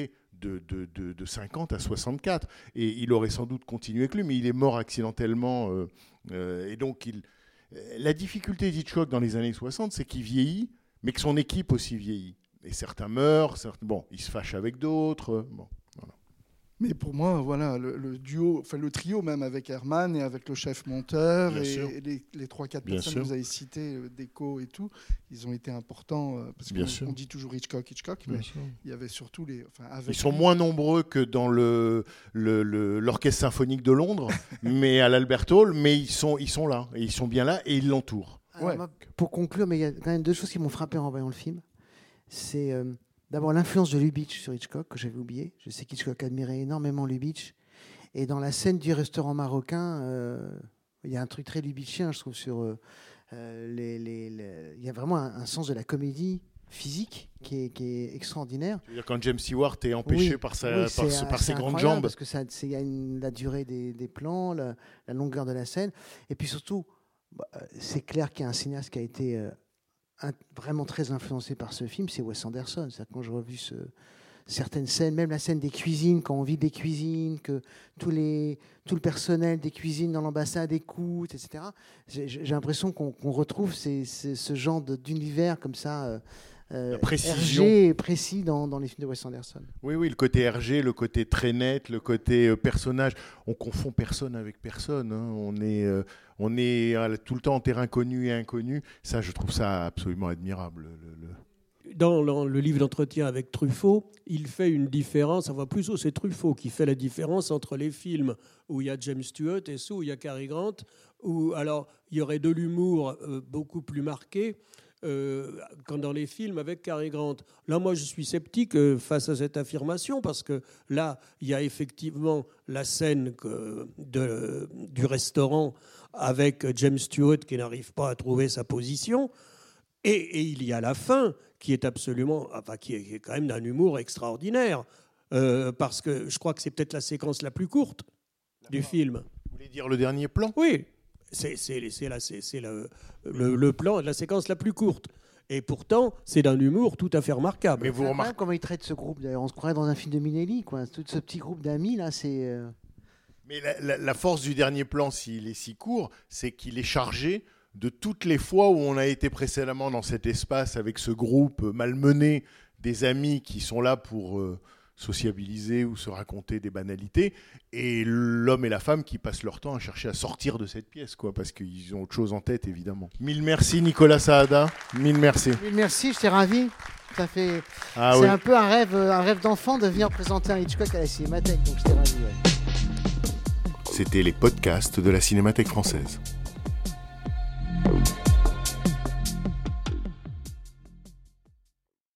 de, de, de, de cinquante à soixante-quatre. Et il aurait sans doute continué avec lui, mais il est mort accidentellement. Euh, euh, et donc, il... la difficulté d'Hitchcock dans les années soixante, c'est qu'il vieillit, mais que son équipe aussi vieillit. Et certains meurent, certains... bon, il se fâche avec d'autres. Bon, voilà. Mais pour moi, voilà, le, le duo, enfin le trio même avec Herman et avec le chef monteur Bien et, sûr. et les, les trois quatre Bien personnes sûr. que vous avez citées, euh, Déco et tout, ils ont été importants euh, parce Bien qu'on sûr. on dit toujours Hitchcock, Hitchcock, Bien mais sûr. il y avait surtout les, enfin avec Ils sont lui. moins nombreux que dans le, le, le- l'Orchestre symphonique de Londres, mais à l'Albert Hall, mais ils sont, ils sont là, et ils sont bien là, et ils l'entourent. Alors, Ouais. moi, pour conclure, mais il y a quand même deux choses qui m'ont frappé en voyant le film. C'est euh, d'abord l'influence de Lubitsch sur Hitchcock, que j'avais oublié. Je sais qu'Hitchcock admirait énormément Lubitsch. Et dans la scène du restaurant marocain, euh, il y a un truc très lubitschien, je trouve, sur euh, euh, les, les, les- Il y a vraiment un, un sens de la comédie physique qui est, qui est extraordinaire. C'est-à-dire quand James Stewart est empêché Oui, par, sa, oui, par, c'est- ce- par c'est ses grandes incroyable jambes. Parce que ça, c'est- il y a une- la durée des, des plans, la, la longueur de la scène. Et puis surtout, bah, euh, c'est clair qu'il y a un cinéaste qui a été euh, un- vraiment très influencé par ce film, c'est Wes Anderson. C'est-à-dire que quand j'ai revu ce, certaines scènes, même la scène des cuisines, quand on vit des cuisines, que tous les, tout le personnel des cuisines dans l'ambassade écoute, et cetera. J'ai, j'ai l'impression qu'on, qu'on retrouve ces, ces- ce genre de, d'univers comme ça, euh, euh, La précision. R G et précis dans, dans les films de Wes Anderson. Oui, oui, le côté R G, le côté très net, le côté euh, personnage. On confond personne avec personne. hein. On est, euh, on est euh, tout le temps en terrain connu et inconnu. Ça, je trouve ça absolument admirable. le- le- Dans le, le livre d'entretien avec Truffaut, il fait une différence, enfin plutôt c'est Truffaut qui fait la différence entre les films où il y a James Stewart et ceux où il y a Cary Grant, où alors il y aurait de l'humour euh, beaucoup plus marqué euh, quand dans les films avec Cary Grant. Là, moi, je suis sceptique euh, face à cette affirmation parce que là, il y a effectivement la scène que, de, du restaurant avec James Stewart qui n'arrive pas à trouver sa position. Et, et il y a la fin qui est absolument, enfin qui est, qui est quand même d'un humour extraordinaire, euh, parce que je crois que c'est peut-être la séquence la plus courte du film. Vous voulez dire le dernier plan ? Oui, c'est, c'est, c'est, la- c'est, c'est le, le, le plan, la séquence la plus courte. Et pourtant, c'est d'un humour tout à fait remarquable. Mais vous C'est remarquez incroyable comment il traite ce groupe. D'ailleurs, on se croirait dans un film de Minelli, quoi. Tout ce petit groupe d'amis là, c'est. euh, Mais la, la- la force du dernier plan, s'il est si court, c'est qu'il est chargé de toutes les fois où on a été précédemment dans cet espace avec ce groupe malmené des amis qui sont là pour euh, sociabiliser ou se raconter des banalités, et l'homme et la femme qui passent leur temps à chercher à sortir de cette pièce, quoi, parce qu'ils ont autre chose en tête, évidemment. Mille merci, Nicolas Saada. Mille merci. Merci, j'étais ravi. Ça fait. Ah c'est oui. un peu un rêve, un rêve d'enfant de venir présenter un Hitchcock à la Cinémathèque, donc j'étais ravi. Ouais. C'était les podcasts de la Cinémathèque française.